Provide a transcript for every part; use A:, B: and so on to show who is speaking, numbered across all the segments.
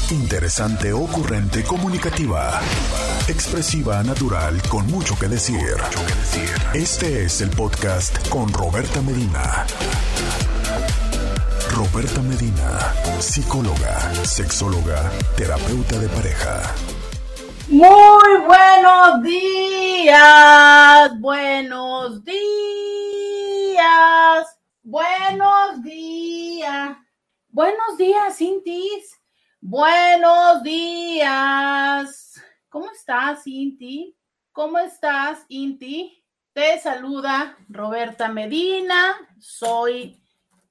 A: Interesante, ocurrente, comunicativa, expresiva, natural, con mucho que decir. Este es el podcast con Roberta Medina. Roberta Medina, psicóloga, sexóloga, terapeuta de pareja.
B: Muy buenos días, buenos días, buenos días, buenos días, Cintis, buenos días. ¿Cómo estás, Cinti? ¿Cómo estás, Inti? Te saluda Roberta Medina. Soy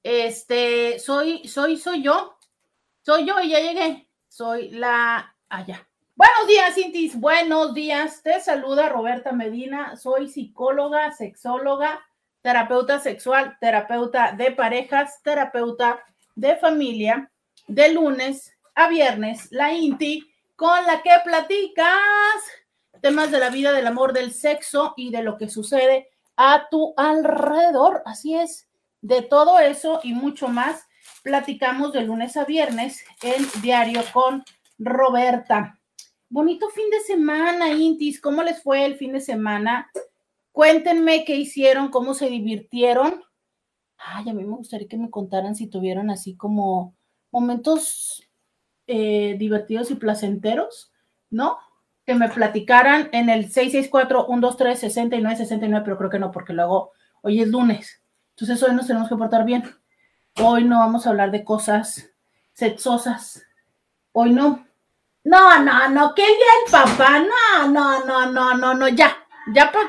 B: yo y ya llegué. Soy la allá. Buenos días, Cintis, buenos días. Te saluda Roberta Medina. Soy psicóloga, sexóloga, terapeuta sexual, terapeuta de parejas, terapeuta de familia, de lunes a viernes, la Inti, con la que platicas temas de la vida, del amor, del sexo y de lo que sucede a tu alrededor. Así es, de todo eso y mucho más platicamos de lunes a viernes en Diario con Roberta. Bonito fin de semana, Intis. ¿Cómo les fue el fin de semana? Cuéntenme qué hicieron, cómo se divirtieron. Ay, a mí me gustaría que me contaran si tuvieron así como momentos divertidos y placenteros, ¿no? Que me platicaran en el 664-123-6969, pero creo que no, porque luego hoy es lunes. Entonces hoy nos tenemos que portar bien. Hoy no vamos a hablar de cosas sexosas. Hoy no. No, que el día del papá, no, ya, pues,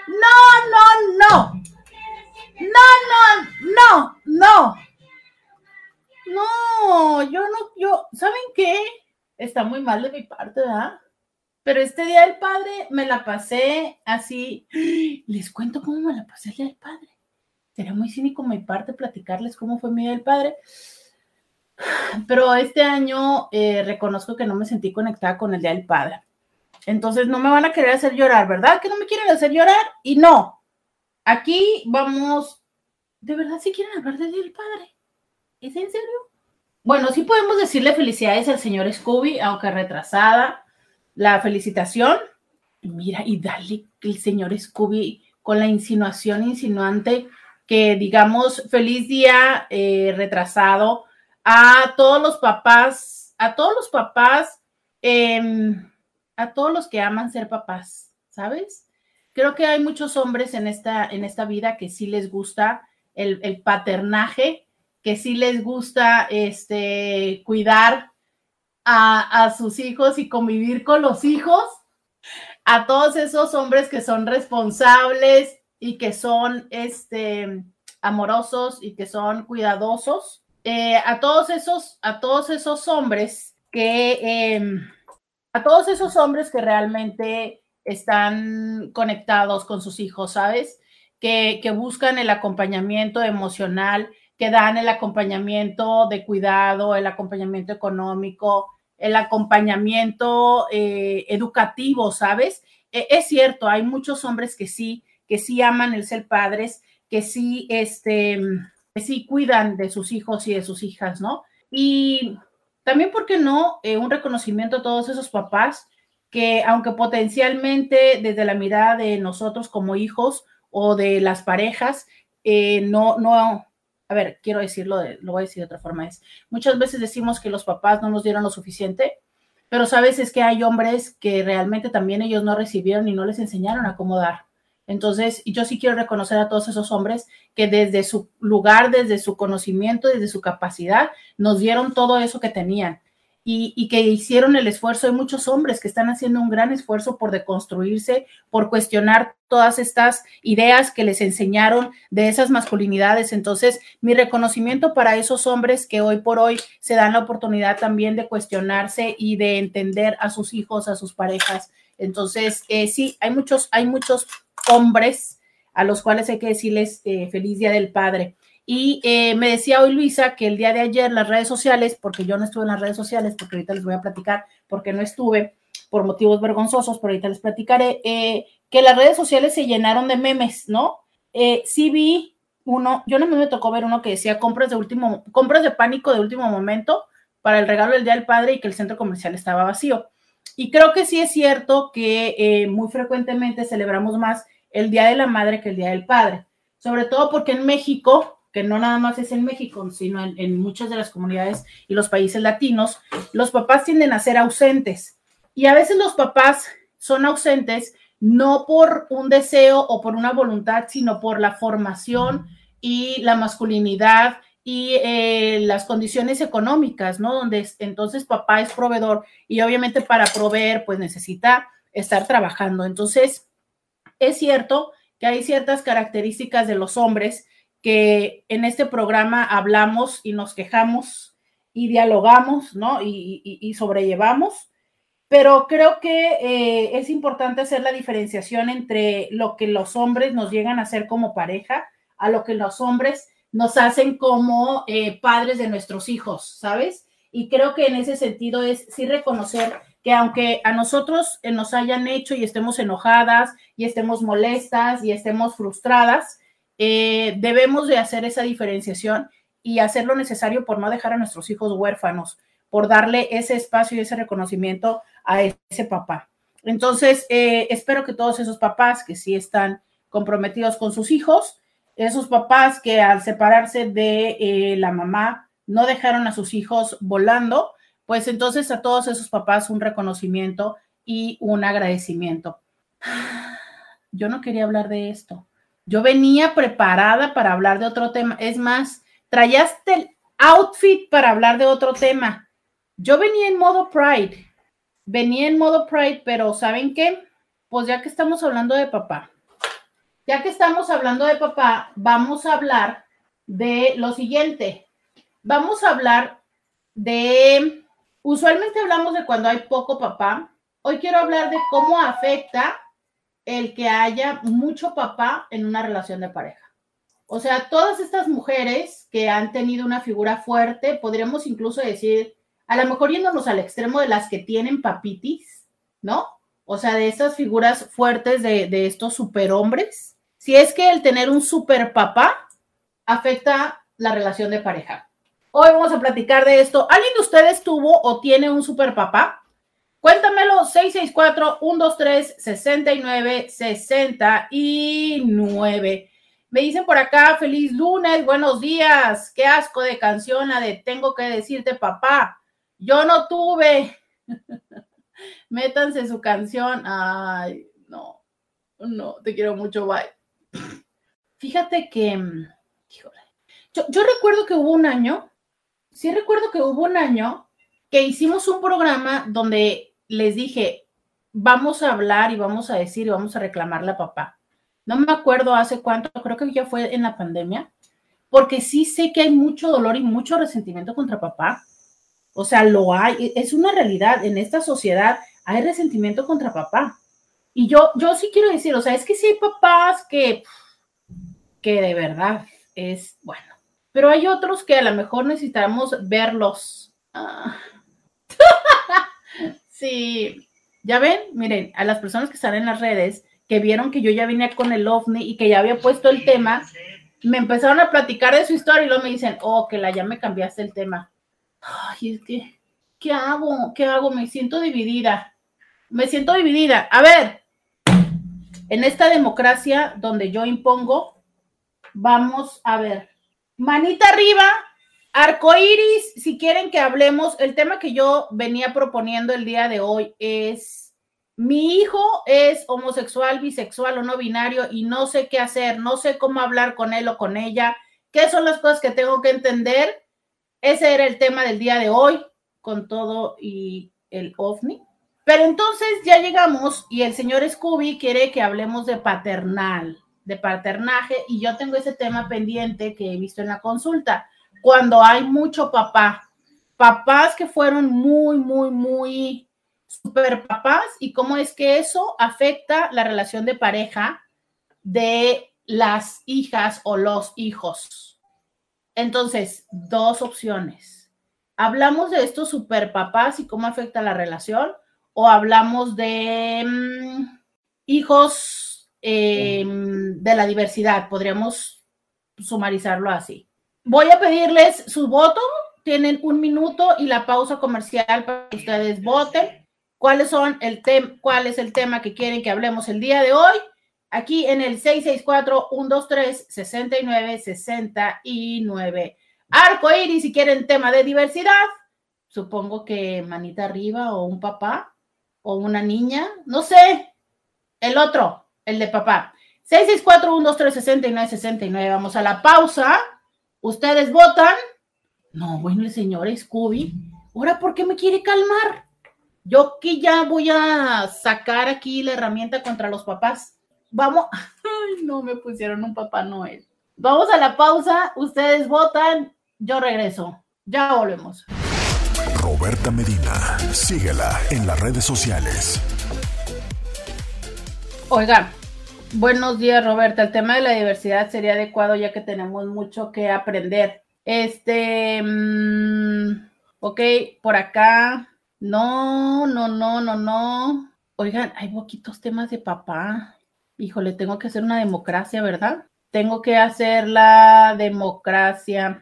B: yo, ¿saben qué? Está muy mal de mi parte, ¿verdad? Pero este Día del Padre me la pasé así, les cuento cómo me la pasé el Día del Padre. Sería muy cínico mi parte platicarles cómo fue mi Día del Padre. Pero este año reconozco que no me sentí conectada con el Día del Padre. Entonces no me van a querer hacer llorar, ¿verdad? Que no me quieren hacer llorar. Y no, aquí vamos, ¿de verdad sí quieren hablar del Día del Padre? ¿Es en serio? Bueno, sí podemos decirle felicidades al señor Scooby, aunque retrasada. La felicitación. Mira, y dale el señor Scooby con la insinuante que digamos feliz día retrasado a todos los papás, a todos los que aman ser papás, ¿sabes? Creo que hay muchos hombres en esta vida que sí les gusta el paternaje, que sí les gusta cuidar a sus hijos y convivir con los hijos, a todos esos hombres que son responsables y que son amorosos y que son cuidadosos. A todos esos hombres que realmente están conectados con sus hijos, ¿sabes? Que buscan el acompañamiento emocional, que dan el acompañamiento de cuidado, el acompañamiento económico, el acompañamiento educativo, ¿sabes? Es cierto, hay muchos hombres que sí aman el ser padres, que sí cuidan de sus hijos y de sus hijas, ¿no? Y también, ¿por qué no? Un reconocimiento a todos esos papás que, aunque potencialmente desde la mirada de nosotros como hijos o de las parejas, a ver, quiero decirlo, lo voy a decir de otra forma, muchas veces decimos que los papás no nos dieron lo suficiente, pero sabes, es que hay hombres que realmente también ellos no recibieron y no les enseñaron a cómo dar. Entonces, yo sí quiero reconocer a todos esos hombres que desde su lugar, desde su conocimiento, desde su capacidad, nos dieron todo eso que tenían y que hicieron el esfuerzo. Hay muchos hombres que están haciendo un gran esfuerzo por deconstruirse, por cuestionar todas estas ideas que les enseñaron de esas masculinidades. Entonces, mi reconocimiento para esos hombres que hoy por hoy se dan la oportunidad también de cuestionarse y de entender a sus hijos, a sus parejas. Entonces, sí, hay muchos hombres a los cuales hay que decirles feliz Día del Padre. Y me decía hoy Luisa que el día de ayer las redes sociales, porque yo no estuve en las redes sociales, porque ahorita les voy a platicar, porque no estuve por motivos vergonzosos, pero ahorita les platicaré, que las redes sociales se llenaron de memes, ¿no? Sí vi uno, yo no me tocó ver uno que decía compras de pánico de último momento para el regalo del Día del Padre y que el centro comercial estaba vacío. Y creo que sí es cierto que muy frecuentemente celebramos más el Día de la Madre que el Día del Padre, sobre todo porque en México, que no nada más es en México, sino en muchas de las comunidades y los países latinos, los papás tienden a ser ausentes. Y a veces los papás son ausentes no por un deseo o por una voluntad, sino por la formación y la masculinidad y las condiciones económicas, ¿no? Donde entonces papá es proveedor y obviamente para proveer pues necesita estar trabajando. Entonces es cierto que hay ciertas características de los hombres que en este programa hablamos y nos quejamos y dialogamos, ¿no? Y sobrellevamos, pero creo que es importante hacer la diferenciación entre lo que los hombres nos llegan a hacer como pareja a lo que los hombres nos hacen como padres de nuestros hijos, ¿sabes? Y creo que en ese sentido es sí reconocer que aunque a nosotros nos hayan hecho y estemos enojadas y estemos molestas y estemos frustradas, debemos de hacer esa diferenciación y hacer lo necesario por no dejar a nuestros hijos huérfanos, por darle ese espacio y ese reconocimiento a ese papá. Entonces, espero que todos esos papás que sí están comprometidos con sus hijos, esos papás que al separarse de la mamá no dejaron a sus hijos volando, pues entonces a todos esos papás un reconocimiento y un agradecimiento. Yo no quería hablar de esto. Yo venía preparada para hablar de otro tema. Es más, traíaste el outfit para hablar de otro tema. Yo venía en modo Pride. Pero ¿saben qué? Pues ya que estamos hablando de papá, vamos a hablar de lo siguiente. Vamos a hablar de, usualmente hablamos de cuando hay poco papá. Hoy quiero hablar de cómo afecta el que haya mucho papá en una relación de pareja. O sea, todas estas mujeres que han tenido una figura fuerte, podríamos incluso decir, a lo mejor yéndonos al extremo de las que tienen papitis, ¿no? O sea, de estas figuras fuertes de estos superhombres. Si es que el tener un super papá afecta la relación de pareja. Hoy vamos a platicar de esto. ¿Alguien de ustedes tuvo o tiene un super papá? Cuéntamelo, 664-123-6969. Me dicen por acá, feliz lunes, buenos días. Qué asco de canción la de Tengo que decirte papá. Yo no tuve. Métanse su canción. Ay, no, te quiero mucho, bye. Fíjate que, híjole, yo recuerdo que hubo un año que hicimos un programa donde les dije, vamos a hablar y vamos a decir y vamos a reclamarle a papá. No me acuerdo hace cuánto, creo que ya fue en la pandemia, porque sí sé que hay mucho dolor y mucho resentimiento contra papá. O sea, lo hay, es una realidad. En esta sociedad hay resentimiento contra papá. Y yo sí quiero decir, o sea, es que sí hay papás que de verdad es bueno. Pero hay otros que a lo mejor necesitamos verlos. Sí, ya ven, miren, a las personas que están en las redes, que vieron que yo ya venía con el ovni y que ya había puesto el tema, me empezaron a platicar de su historia y luego me dicen, ya me cambiaste el tema. Ay, es que, ¿qué hago? Me siento dividida. A ver, en esta democracia donde yo impongo, vamos a ver. Manita arriba, arcoíris, si quieren que hablemos. El tema que yo venía proponiendo el día de hoy es, mi hijo es homosexual, bisexual o no binario y no sé qué hacer, no sé cómo hablar con él o con ella. ¿Qué son las cosas que tengo que entender? Ese era el tema del día de hoy, con todo y el ovni. Pero entonces ya llegamos y el señor Scooby quiere que hablemos de paternaje, y yo tengo ese tema pendiente que he visto en la consulta. Cuando hay mucho papás que fueron muy, muy, muy super papás, y cómo es que eso afecta la relación de pareja de las hijas o los hijos. Entonces, dos opciones. ¿Hablamos de estos super papás y cómo afecta la relación? ¿O hablamos de hijos de la diversidad? Podríamos sumarizarlo así. Voy a pedirles su voto tienen 1 minuto y la pausa comercial para que ustedes voten. ¿Cuál es el tema que quieren que hablemos el día de hoy? Aquí en el 664-123-6969. Arco iris, si quieren tema de diversidad. Supongo que manita arriba o un papá o una niña. No sé. El otro, el de papá. 664-123-6969. Vamos a la pausa. Ustedes votan. No, bueno, el señor Scooby. ¿Ahora por qué me quiere calmar? Yo que ya voy a sacar aquí la herramienta contra los papás. Vamos. Ay, no, me pusieron un Papá Noel. Vamos a la pausa. Ustedes votan. Yo regreso. Ya volvemos.
A: Roberta Medina. Síguela en las redes sociales.
B: Oiga, buenos días, Roberta. El tema de la diversidad sería adecuado ya que tenemos mucho que aprender. Ok, por acá. No. Oigan, hay poquitos temas de papá. Híjole, tengo que hacer una democracia, ¿verdad? Tengo que hacer la democracia.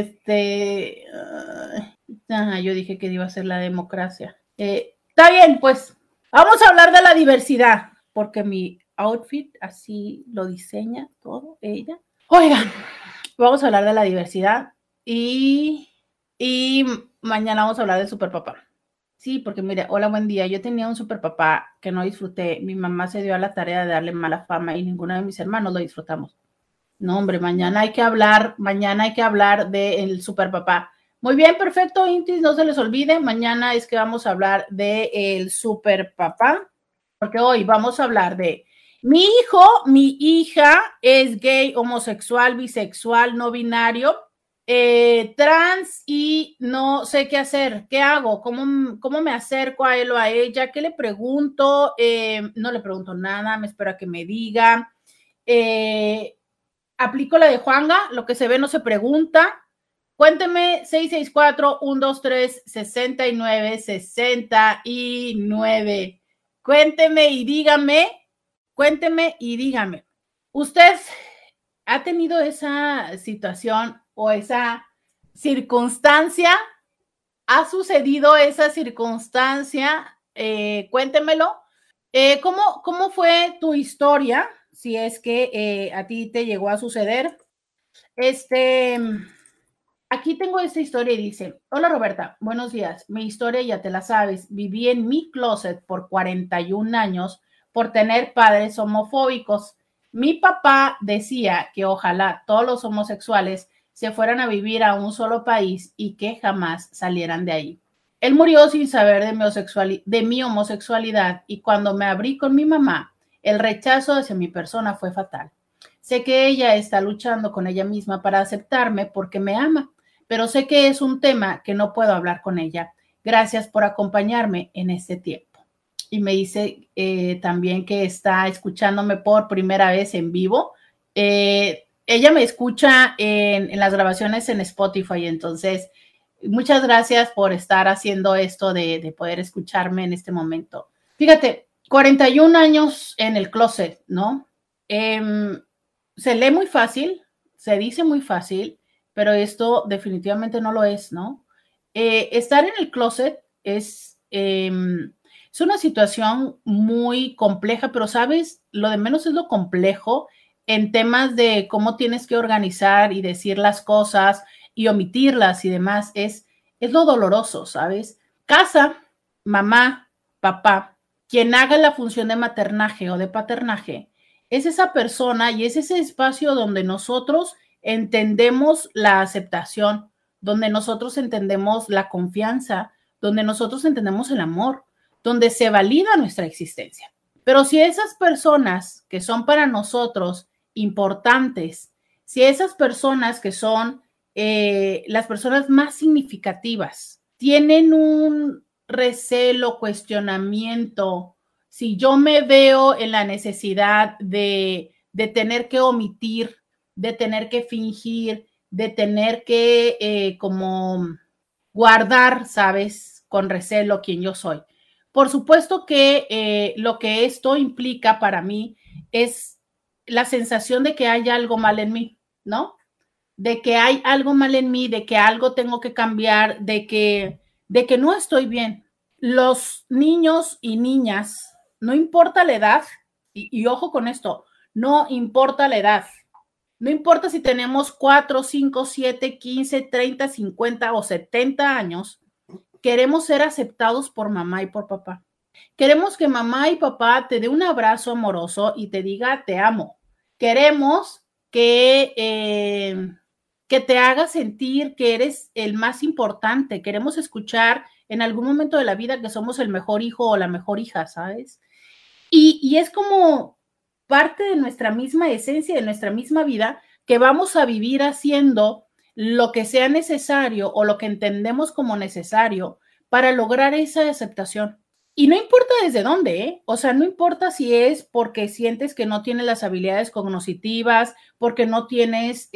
B: Yo dije que iba a hacer la democracia. Está bien, pues. Vamos a hablar de la diversidad, porque mi outfit así lo diseña todo ella. Oigan, vamos a hablar de la diversidad y mañana vamos a hablar del superpapá. Sí, porque mire, hola, buen día. Yo tenía un superpapá que no disfruté. Mi mamá se dio a la tarea de darle mala fama y ninguno de mis hermanos lo disfrutamos. No, hombre, mañana hay que hablar del superpapá. Muy bien, perfecto, Intis, no se les olvide. Mañana es que vamos a hablar del superpapá, porque hoy vamos a hablar de mi hijo, mi hija es gay, homosexual, bisexual, no binario, trans y no sé qué hacer. ¿Qué hago? ¿Cómo me acerco a él o a ella? ¿Qué le pregunto? No le pregunto nada, me espero a que me diga. Aplico la de Juanga, lo que se ve no se pregunta. Cuénteme, 664-123-6969. Cuénteme y dígame. ¿Usted ha tenido esa situación o esa circunstancia? ¿Ha sucedido esa circunstancia? Cuéntemelo. ¿Cómo fue tu historia? Si es que a ti te llegó a suceder. Aquí tengo esta historia y dice: hola Roberta, buenos días. Mi historia ya te la sabes. Viví en mi closet por 41 años por tener padres homofóbicos. Mi papá decía que ojalá todos los homosexuales se fueran a vivir a un solo país y que jamás salieran de ahí. Él murió sin saber de mi homosexualidad y cuando me abrí con mi mamá, el rechazo hacia mi persona fue fatal. Sé que ella está luchando con ella misma para aceptarme porque me ama, pero sé que es un tema que no puedo hablar con ella. Gracias por acompañarme en este tiempo. Y me dice también que está escuchándome por primera vez en vivo. Ella me escucha en las grabaciones en Spotify, entonces muchas gracias por estar haciendo esto de poder escucharme en este momento. Fíjate, 41 años en el closet, ¿no? Se lee muy fácil, se dice muy fácil, pero esto definitivamente no lo es, ¿no? Estar en el closet es una situación muy compleja, pero sabes, lo de menos es lo complejo en temas de cómo tienes que organizar y decir las cosas y omitirlas y demás, es lo doloroso, ¿sabes? Casa, mamá, papá, quien haga la función de maternaje o de paternaje, es esa persona y es ese espacio donde nosotros entendemos la aceptación, donde nosotros entendemos la confianza, donde nosotros entendemos el amor, donde se valida nuestra existencia. Pero si esas personas que son para nosotros importantes, si esas personas que son las personas más significativas tienen un recelo, cuestionamiento, si yo me veo en la necesidad de tener que omitir, de tener que fingir, de tener que como guardar, ¿sabes? Con recelo quién yo soy. Por supuesto que lo que esto implica para mí es la sensación de que hay algo mal en mí, ¿no? de que hay algo mal en mí, de que algo tengo que cambiar, de que no estoy bien. Los niños y niñas, no importa la edad, y ojo con esto, no importa la edad. No importa si tenemos 4, 5, 7, 15, 30, 50 o 70 años, queremos ser aceptados por mamá y por papá. Queremos que mamá y papá te dé un abrazo amoroso y te diga te amo. Queremos que te haga sentir que eres el más importante. Queremos escuchar en algún momento de la vida que somos el mejor hijo o la mejor hija, ¿sabes? Y es como parte de nuestra misma esencia, de nuestra misma vida, que vamos a vivir haciendo lo que sea necesario o lo que entendemos como necesario para lograr esa aceptación. Y no importa desde dónde, ¿eh? O sea, no importa si es porque sientes que no tienes las habilidades cognitivas, porque no tienes,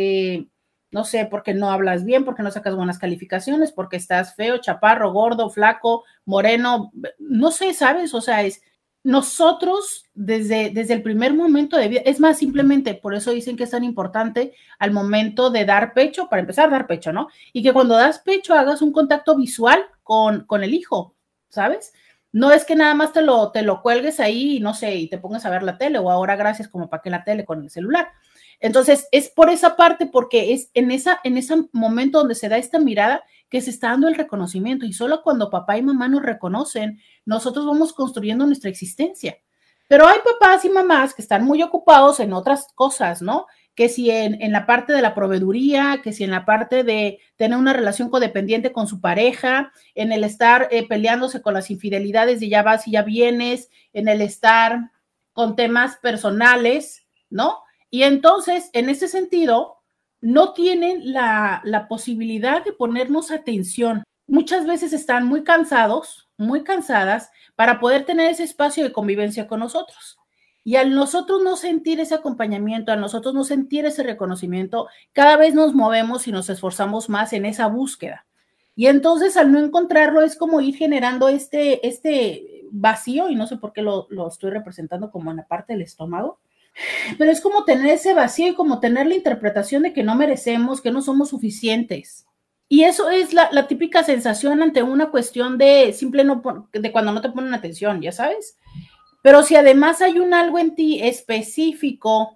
B: no sé, porque no hablas bien, porque no sacas buenas calificaciones, porque estás feo, chaparro, gordo, flaco, moreno, no sé, ¿sabes? O sea, es nosotros desde el primer momento de vida, es más, simplemente por eso dicen que es tan importante al momento de dar pecho, para empezar a dar pecho, ¿no? Y que cuando das pecho hagas un contacto visual con el hijo, ¿sabes? No es que nada más te lo cuelgues ahí y no sé, y te pongas a ver la tele, o ahora gracias como para que la tele con el celular. Entonces, es por esa parte, porque es en ese momento donde se da esta mirada que se está dando el reconocimiento, y solo cuando papá y mamá nos reconocen, nosotros vamos construyendo nuestra existencia. Pero hay papás y mamás que están muy ocupados en otras cosas, ¿no? Que si en la parte de la proveeduría, que si en la parte de tener una relación codependiente con su pareja, en el estar peleándose con las infidelidades de ya vas y ya vienes, en el estar con temas personales, ¿no? Y entonces, en ese sentido, no tienen la posibilidad de ponernos atención. Muchas veces están muy cansados, muy cansadas, para poder tener ese espacio de convivencia con nosotros. Y al nosotros no sentir ese acompañamiento, al nosotros no sentir ese reconocimiento, cada vez nos movemos y nos esforzamos más en esa búsqueda. Y entonces, al no encontrarlo, es como ir generando este vacío, y no sé por qué lo estoy representando como en la parte del estómago, pero es como tener ese vacío y como tener la interpretación de que no merecemos, que no somos suficientes. Y eso es la típica sensación ante una cuestión de de cuando no te ponen atención, ya sabes. Pero si además hay un algo en ti específico,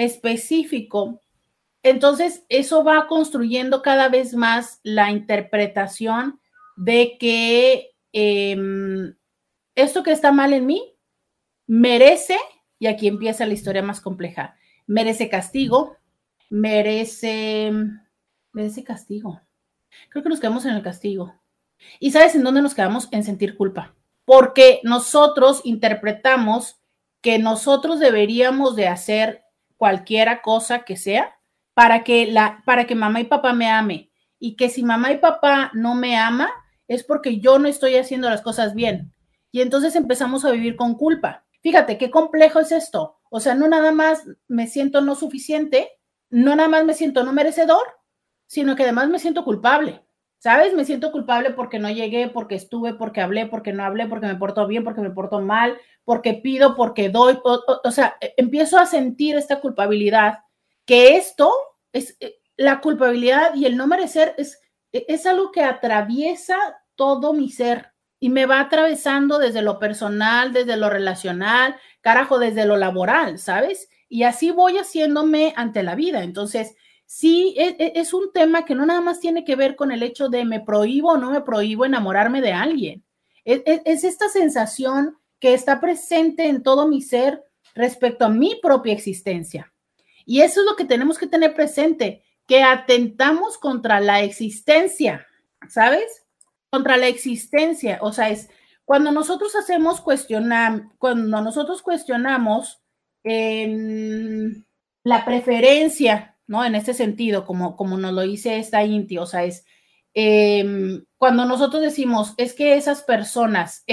B: entonces eso va construyendo cada vez más la interpretación de que esto que está mal en mí merece, y aquí empieza la historia más compleja, merece castigo, merece castigo. Creo que nos quedamos en el castigo. ¿Y sabes en dónde nos quedamos? En sentir culpa. Porque nosotros interpretamos que nosotros deberíamos de hacer cualquiera cosa que sea para que mamá y papá me ame. Y que si mamá y papá no me ama, es porque yo no estoy haciendo las cosas bien. Y entonces empezamos a vivir con culpa. Fíjate qué complejo es esto. O sea, no nada más me siento no suficiente, no nada más me siento no merecedor, sino que además me siento culpable. ¿Sabes? Me siento culpable porque no llegué, porque estuve, porque hablé, porque no hablé, porque me porto bien, porque me porto mal, porque pido, porque doy. O sea, empiezo a sentir esta culpabilidad, que esto es la culpabilidad y el no merecer es algo que atraviesa todo mi ser y me va atravesando desde lo personal, desde lo relacional, carajo, desde lo laboral, ¿sabes? Y así voy haciéndome ante la vida. Entonces, sí, es un tema que no nada más tiene que ver con el hecho de me prohíbo o no me prohíbo enamorarme de alguien. Es esta sensación que está presente en todo mi ser respecto a mi propia existencia. Y eso es lo que tenemos que tener presente, que atentamos contra la existencia, ¿sabes? Contra la existencia. O sea, es cuando nosotros cuando nosotros cuestionamos la preferencia, ¿no? En este sentido, como nos lo dice esta Inti, o sea, es cuando nosotros decimos, es que esas personas,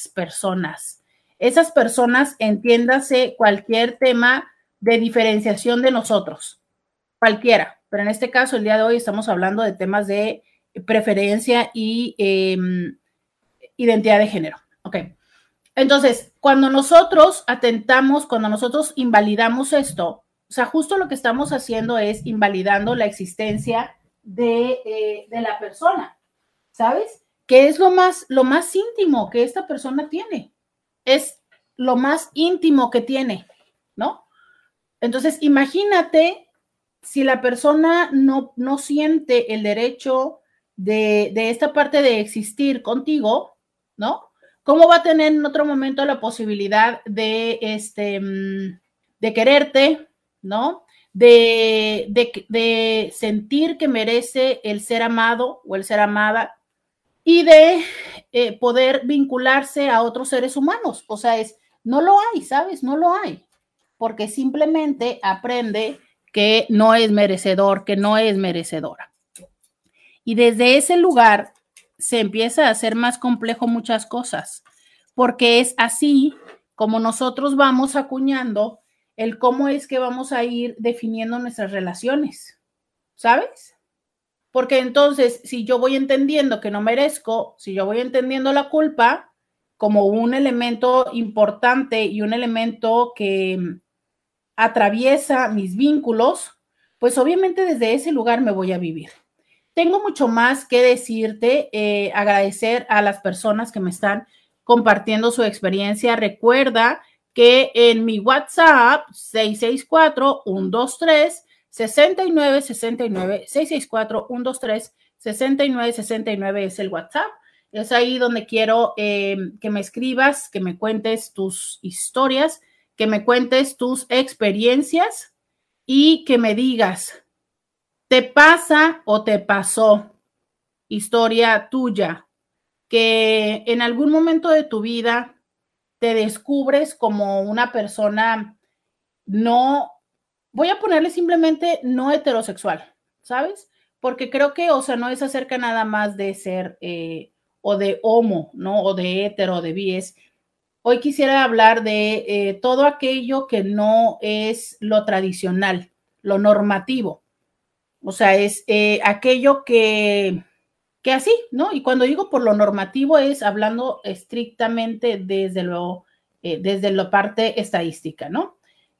B: entiéndase cualquier tema de diferenciación de nosotros, cualquiera, pero en este caso, el día de hoy estamos hablando de temas de preferencia y identidad de género, ¿ok? Entonces, cuando nosotros atentamos, cuando nosotros invalidamos esto, O sea, justo lo que estamos haciendo es invalidando la existencia de la persona, ¿sabes? Que es lo más íntimo que esta persona tiene. Es lo más íntimo que tiene, ¿no? Entonces, imagínate si la persona no siente el derecho de esta parte de existir contigo, ¿no? ¿Cómo va a tener en otro momento la posibilidad de quererte, ¿no? De sentir que merece el ser amado o el ser amada y de poder vincularse a otros seres humanos? O sea, no lo hay, ¿sabes? No lo hay, porque simplemente aprende que no es merecedor, que no es merecedora. Y desde ese lugar se empieza a hacer más complejo muchas cosas, porque es así como nosotros vamos acuñando el cómo es que vamos a ir definiendo nuestras relaciones, ¿sabes? Porque entonces, si yo voy entendiendo que no merezco, si yo voy entendiendo la culpa como un elemento importante y un elemento que atraviesa mis vínculos, pues obviamente desde ese lugar me voy a vivir. Tengo mucho más que decirte, agradecer a las personas que me están compartiendo su experiencia. Recuerda que en mi WhatsApp 664-123-6969, 664-123-6969 es el WhatsApp. Es ahí donde quiero que me escribas, que me cuentes tus historias, que me cuentes tus experiencias y que me digas, ¿te pasa o te pasó? Historia tuya, que en algún momento de tu vida te descubres como una persona no, voy a ponerle simplemente no heterosexual, ¿sabes? Porque creo que, o sea, no es acerca nada más de ser o de homo, ¿no? O de hetero, o de bies. Hoy quisiera hablar de todo aquello que no es lo tradicional, lo normativo. O sea, es aquello que así, ¿no? Y cuando digo por lo normativo es hablando estrictamente desde la parte estadística, ¿no?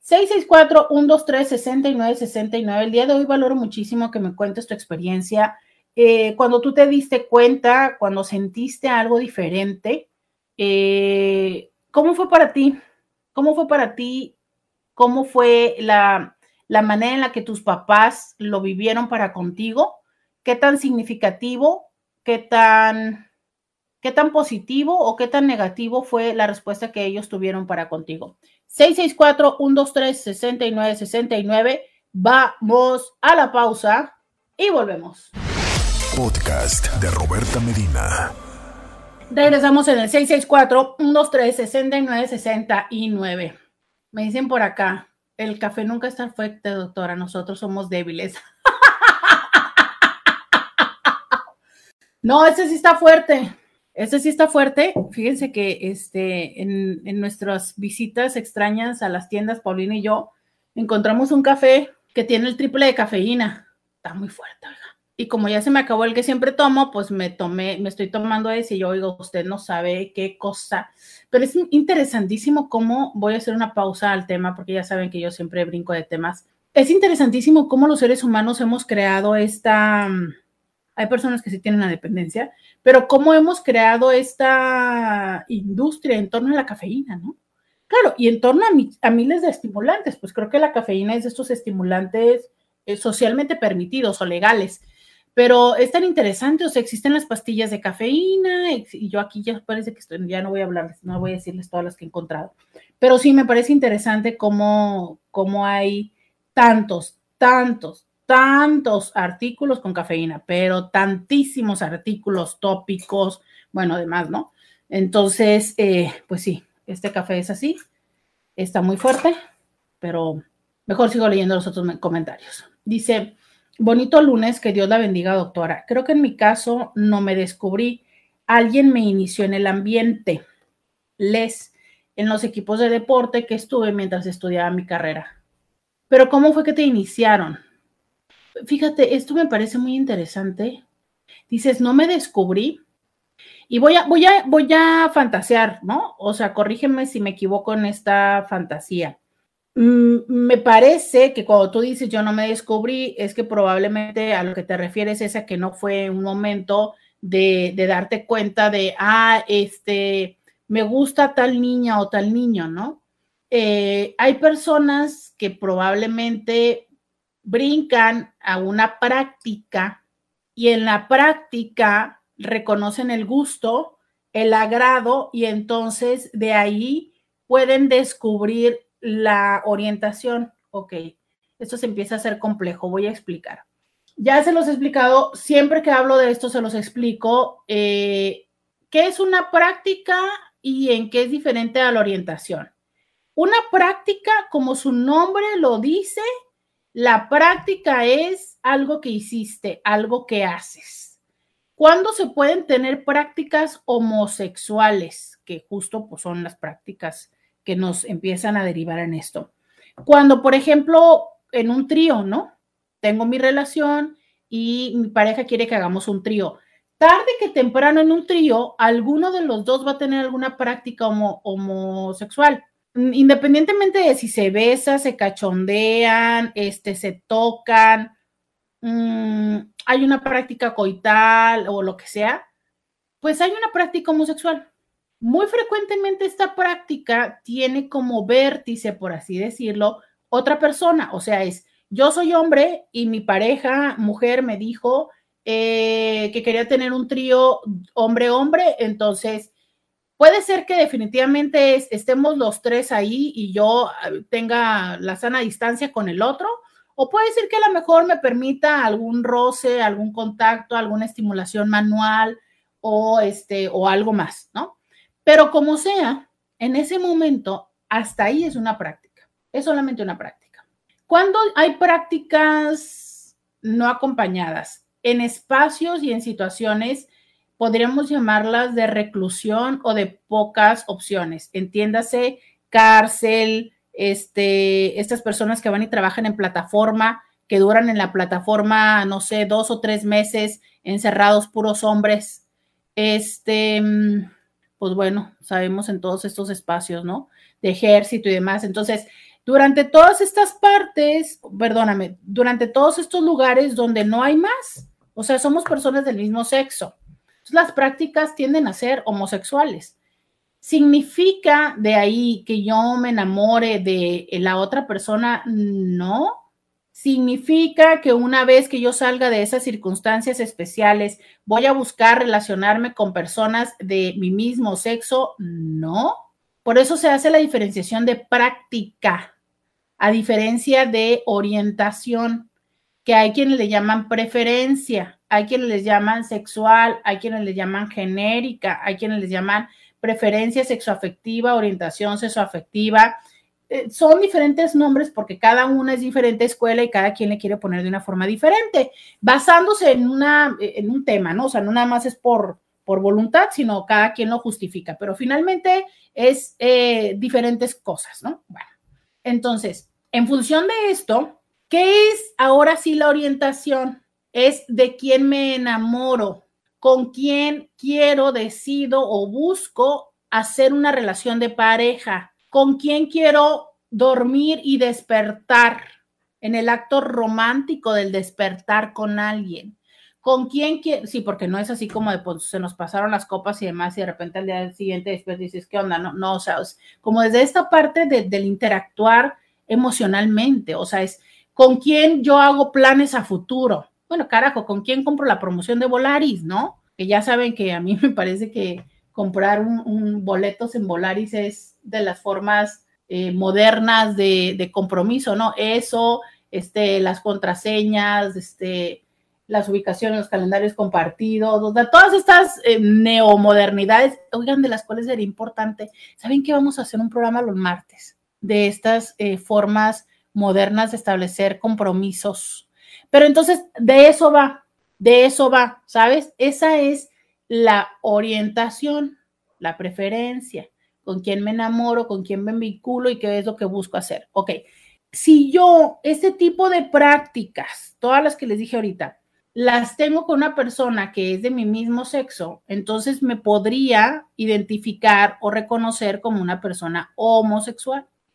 B: 664-123-6969. El día de hoy valoro muchísimo que me cuentes tu experiencia. Cuando tú te diste cuenta, cuando sentiste algo diferente, ¿cómo fue para ti? ¿Cómo fue para ti? ¿Cómo fue la manera en la que tus papás lo vivieron para contigo? ¿Qué tan significativo, qué tan positivo o qué tan negativo fue la respuesta que ellos tuvieron para contigo? 664-123-6969. Vamos a la pausa y volvemos.
A: Podcast de Roberta Medina.
B: Regresamos en el 664-123-6969. Me dicen por acá, el café nunca está fuerte, doctora, nosotros somos débiles. No, ese sí está fuerte. Ese sí está fuerte. Fíjense que en nuestras visitas extrañas a las tiendas, Paulina y yo, encontramos un café que tiene el triple de cafeína. Está muy fuerte, oiga. Y como ya se me acabó el que siempre tomo, pues me estoy tomando ese y yo oigo, usted no sabe qué cosa. Pero es interesantísimo cómo, voy a hacer una pausa al tema, porque ya saben que yo siempre brinco de temas. Es interesantísimo cómo los seres humanos hemos creado hay personas que sí tienen la dependencia, pero cómo hemos creado esta industria en torno a la cafeína, ¿no? Claro, y en torno a miles de estimulantes, pues creo que la cafeína es de estos estimulantes socialmente permitidos o legales, pero es tan interesante, o sea, existen las pastillas de cafeína, y yo aquí ya parece que ya no voy a hablarles, no voy a decirles todas las que he encontrado, pero sí me parece interesante cómo hay tantos artículos con cafeína, pero tantísimos artículos tópicos, bueno, además, ¿no? Entonces, pues sí, este café es así, está muy fuerte, pero mejor sigo leyendo los otros comentarios. Dice, bonito lunes, que Dios la bendiga, doctora. Creo que en mi caso no me descubrí, alguien me inició en el ambiente, en los equipos de deporte que estuve mientras estudiaba mi carrera. Pero ¿cómo fue que te iniciaron? Fíjate, esto me parece muy interesante. Dices, no me descubrí. Y voy a fantasear, ¿no? O sea, corrígeme si me equivoco en esta fantasía. Me parece que cuando tú dices yo no me descubrí, es que probablemente a lo que te refieres es a que no fue un momento de darte cuenta de, me gusta tal niña o tal niño, ¿no? Hay personas que probablemente brincan a una práctica y en la práctica reconocen el gusto, el agrado y entonces de ahí pueden descubrir la orientación. Ok, esto se empieza a hacer complejo, voy a explicar. Ya se los he explicado, siempre que hablo de esto se los explico qué es una práctica y en qué es diferente a la orientación. Una práctica, como su nombre lo dice, la práctica es algo que hiciste, algo que haces. ¿Cuándo se pueden tener prácticas homosexuales? Que justo pues, son las prácticas que nos empiezan a derivar en esto. Cuando, por ejemplo, en un trío, ¿no? Tengo mi relación y mi pareja quiere que hagamos un trío. Tarde que temprano en un trío, alguno de los dos va a tener alguna práctica homosexual. Independientemente de si se besan, se cachondean, se tocan, hay una práctica coital o lo que sea, pues hay una práctica homosexual. Muy frecuentemente esta práctica tiene como vértice, por así decirlo, otra persona. O sea, yo soy hombre y mi pareja, mujer, me dijo que quería tener un trío hombre-hombre, entonces puede ser que definitivamente estemos los tres ahí y yo tenga la sana distancia con el otro, o puede ser que a lo mejor me permita algún roce, algún contacto, alguna estimulación manual o algo más, ¿no? Pero como sea, en ese momento, hasta ahí es una práctica, es solamente una práctica. Cuando hay prácticas no acompañadas en espacios y en situaciones podríamos llamarlas de reclusión o de pocas opciones. Entiéndase, cárcel, estas personas que van y trabajan en plataforma, que duran en la plataforma, no sé, 2 o 3 meses encerrados puros hombres. Pues bueno, sabemos en todos estos espacios, ¿no? De ejército y demás. Entonces, durante todas estas partes, perdóname, durante todos estos lugares donde no hay más, o sea, somos personas del mismo sexo. Las prácticas tienden a ser homosexuales. ¿Significa de ahí que yo me enamore de la otra persona? No. ¿Significa que una vez que yo salga de esas circunstancias especiales voy a buscar relacionarme con personas de mi mismo sexo? No. Por eso se hace la diferenciación de práctica, a diferencia de orientación, que hay quienes le llaman preferencia, hay quienes les llaman sexual, hay quienes le llaman genérica, hay quienes les llaman preferencia sexoafectiva, orientación sexoafectiva. Son diferentes nombres porque cada una es diferente escuela y cada quien le quiere poner de una forma diferente, basándose en un tema, ¿no? O sea, no nada más es por voluntad, sino cada quien lo justifica, pero finalmente es diferentes cosas, ¿no? Bueno, entonces, en función de esto, ¿qué es ahora sí la orientación? Es de quién me enamoro, con quién quiero, decido o busco hacer una relación de pareja, con quién quiero dormir y despertar en el acto romántico del despertar con alguien. ¿Con quién quiero? Sí, porque no es así como de, pues, se nos pasaron las copas y demás y de repente al día siguiente después dices, ¿qué onda? No, o sea, es como desde esta parte del interactuar emocionalmente, o sea, es con quién yo hago planes a futuro. Bueno, carajo, ¿con quién compro la promoción de Volaris, no? Que ya saben que a mí me parece que comprar un boletos en Volaris es de las formas modernas de compromiso, ¿no? Eso, las contraseñas, las ubicaciones, los calendarios compartidos, o sea, todas estas neomodernidades, oigan, de las cuales sería importante. ¿Saben que vamos a hacer un programa los martes? De estas formas modernas de establecer compromisos. Pero entonces, de eso va, ¿sabes? Esa es la orientación, la preferencia, con quién me enamoro, con quién me vinculo y qué es lo que busco hacer. Ok, si yo este tipo de prácticas, todas las que les dije ahorita, las tengo con una persona que es de mi mismo sexo, entonces me podría identificar o reconocer como una persona homosexual.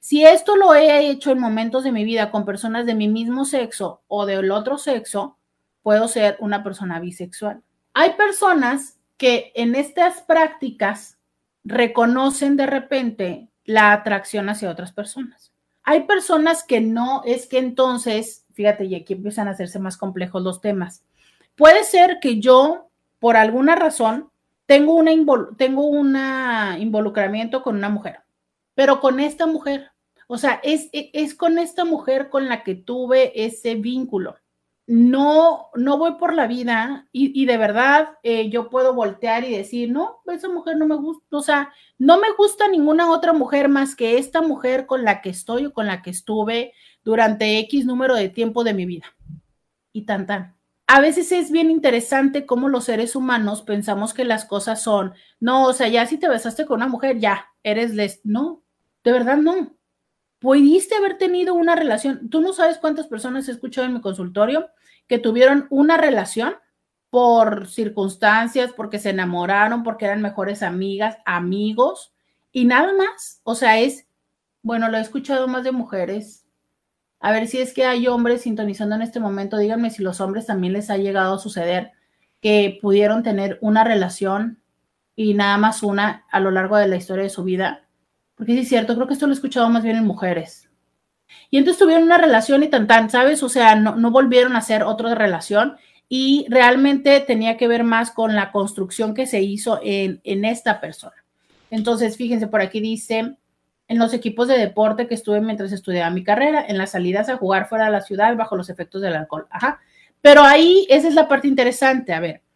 B: Si esto lo he hecho en momentos de mi vida con personas de mi mismo sexo o del otro sexo, puedo ser una persona bisexual. Hay personas que en estas prácticas reconocen de repente la atracción hacia otras personas. Hay personas que no, es que entonces, fíjate, y aquí empiezan a hacerse más complejos los temas. Puede ser que yo, por alguna razón, tengo un involucramiento con una mujer, pero con esta mujer, o sea, es con esta mujer con la que tuve ese vínculo. No voy por la vida y de verdad yo puedo voltear y decir, no, esa mujer no me gusta, o sea, no me gusta ninguna otra mujer más que esta mujer con la que estoy o con la que estuve durante X número de tiempo de mi vida. Y tan. A veces es bien interesante cómo los seres humanos pensamos que las cosas son, no, o sea, ya si te besaste con una mujer, ya, eres no, de verdad no. Pudiste haber tenido una relación, tú no sabes cuántas personas he escuchado en mi consultorio que tuvieron una relación por circunstancias, porque se enamoraron, porque eran mejores amigas, amigos, y nada más. O sea, bueno, lo he escuchado más de mujeres. A ver si es que hay hombres sintonizando en este momento, díganme si los hombres también les ha llegado a suceder que pudieron tener una relación y nada más una a lo largo de la historia de su vida. Porque sí es cierto, creo que esto lo he escuchado más bien en mujeres. Y entonces tuvieron una relación y tan, ¿sabes? O sea, no volvieron a hacer otra relación y realmente tenía que ver más con la construcción que se hizo en esta persona. Entonces, fíjense, por aquí dice, en los equipos de deporte que estuve mientras estudiaba mi carrera, en las salidas a jugar fuera de la ciudad bajo los efectos del alcohol. Ajá. Pero ahí, esa es la parte interesante. A ver,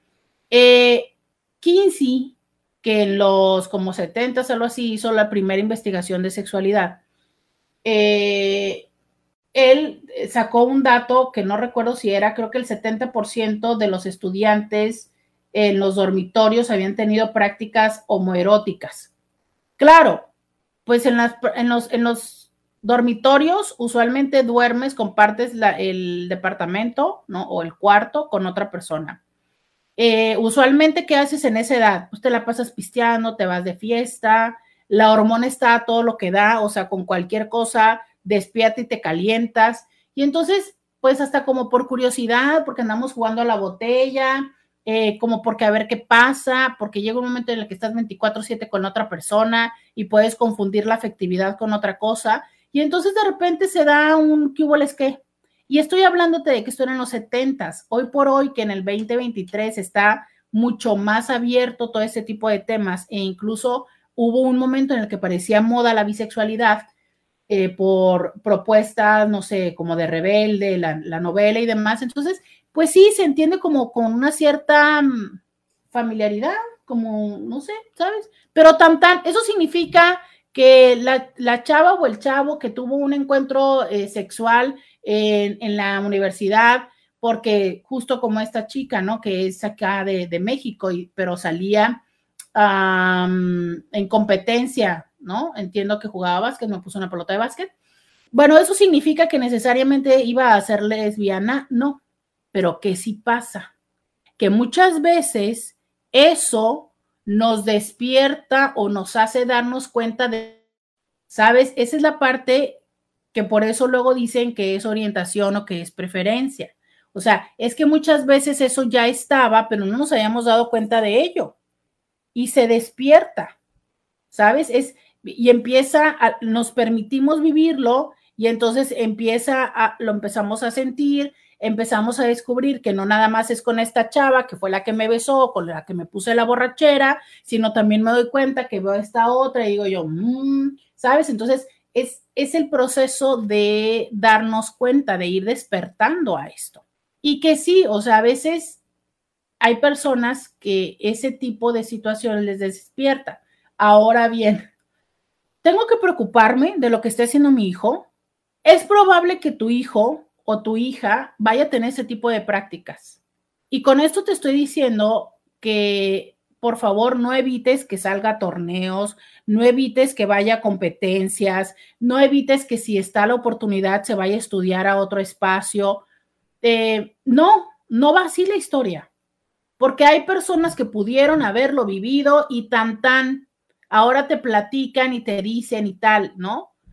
B: Kinsey, que en los como 70 algo así hizo la primera investigación de sexualidad, él sacó un dato que no recuerdo si era, creo que el 70% de los estudiantes en los dormitorios habían tenido prácticas homoeróticas. Claro, pues en los dormitorios usualmente duermes, compartes el departamento, ¿no? O el cuarto con otra persona. Usualmente, ¿qué haces en esa edad? Pues te la pasas pisteando, te vas de fiesta, la hormona está a todo lo que da, o sea, con cualquier cosa despierta y te calientas. Y entonces, pues hasta como por curiosidad, porque andamos jugando a la botella, como porque a ver qué pasa, porque llega un momento en el que estás 24/7 con otra persona y puedes confundir la afectividad con otra cosa. Y entonces de repente se da un ¿qué hubo les qué? Y estoy hablándote de que esto era en los 70s. Hoy por hoy, que en el 2023 está mucho más abierto todo ese tipo de temas e incluso hubo un momento en el que parecía moda la bisexualidad por propuestas, no sé, como de Rebelde, la novela y demás. Entonces, pues sí, se entiende como con una cierta familiaridad, como, no sé, ¿sabes? Pero eso significa que la chava o el chavo que tuvo un encuentro sexual en la universidad, porque justo como esta chica, ¿no? Que es acá de México, pero salía en competencia, ¿no? Entiendo que jugaba básquet, me puso una pelota de básquet. Bueno, ¿eso significa que necesariamente iba a ser lesbiana? No, pero ¿qué sí pasa? Que muchas veces eso nos despierta o nos hace darnos cuenta de, ¿sabes? Esa es la parte que por eso luego dicen que es orientación o que es preferencia. O sea, es que muchas veces eso ya estaba, pero no nos habíamos dado cuenta de ello. Y se despierta, ¿sabes? Y nos permitimos vivirlo y entonces lo empezamos a sentir, empezamos a descubrir que no nada más es con esta chava que fue la que me besó, con la que me puse la borrachera, sino también me doy cuenta que veo a esta otra y digo yo, ¿sabes? Entonces es el proceso de darnos cuenta, de ir despertando a esto. Y que sí, o sea, a veces hay personas que ese tipo de situaciones les despierta. Ahora bien, ¿tengo que preocuparme de lo que esté haciendo mi hijo? Es probable que tu hijo o tu hija vaya a tener ese tipo de prácticas. Y con esto te estoy diciendo que, por favor, no evites que salga a torneos, no evites que vaya a competencias, no evites que si está la oportunidad se vaya a estudiar a otro espacio. No va así la historia. Porque hay personas que pudieron haberlo vivido y ahora te platican y te dicen y tal, ¿no?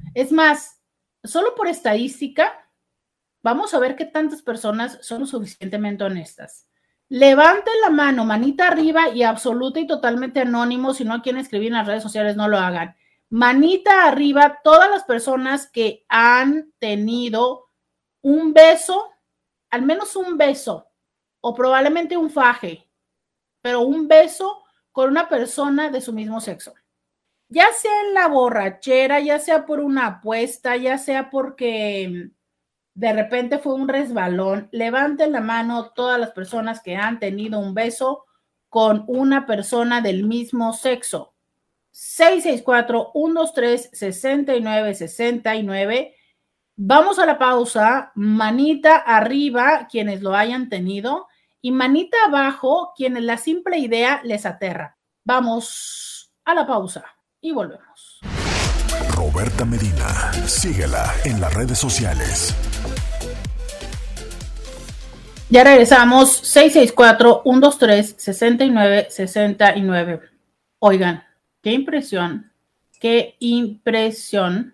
B: Es más, solo por estadística, vamos a ver qué tantas personas son lo suficientemente honestas. Levanten la mano, manita arriba y absoluta y totalmente anónimo. Si no quieren escribir en las redes sociales, no lo hagan. Manita arriba, todas las personas que han tenido un beso, al menos un beso, o probablemente un faje, pero un beso con una persona de su mismo sexo. Ya sea en la borrachera, ya sea por una apuesta, ya sea porque de repente fue un resbalón. Levanten la mano todas las personas que han tenido un beso con una persona del mismo sexo. 664-123-6969. Vamos a la pausa. Manita arriba quienes lo hayan tenido y manita abajo quienes la simple idea les aterra. Vamos a la pausa y volvemos.
A: Roberta Medina, síguela en las redes sociales.
B: Ya regresamos, 664-123-6969. Oigan, qué impresión, qué impresión.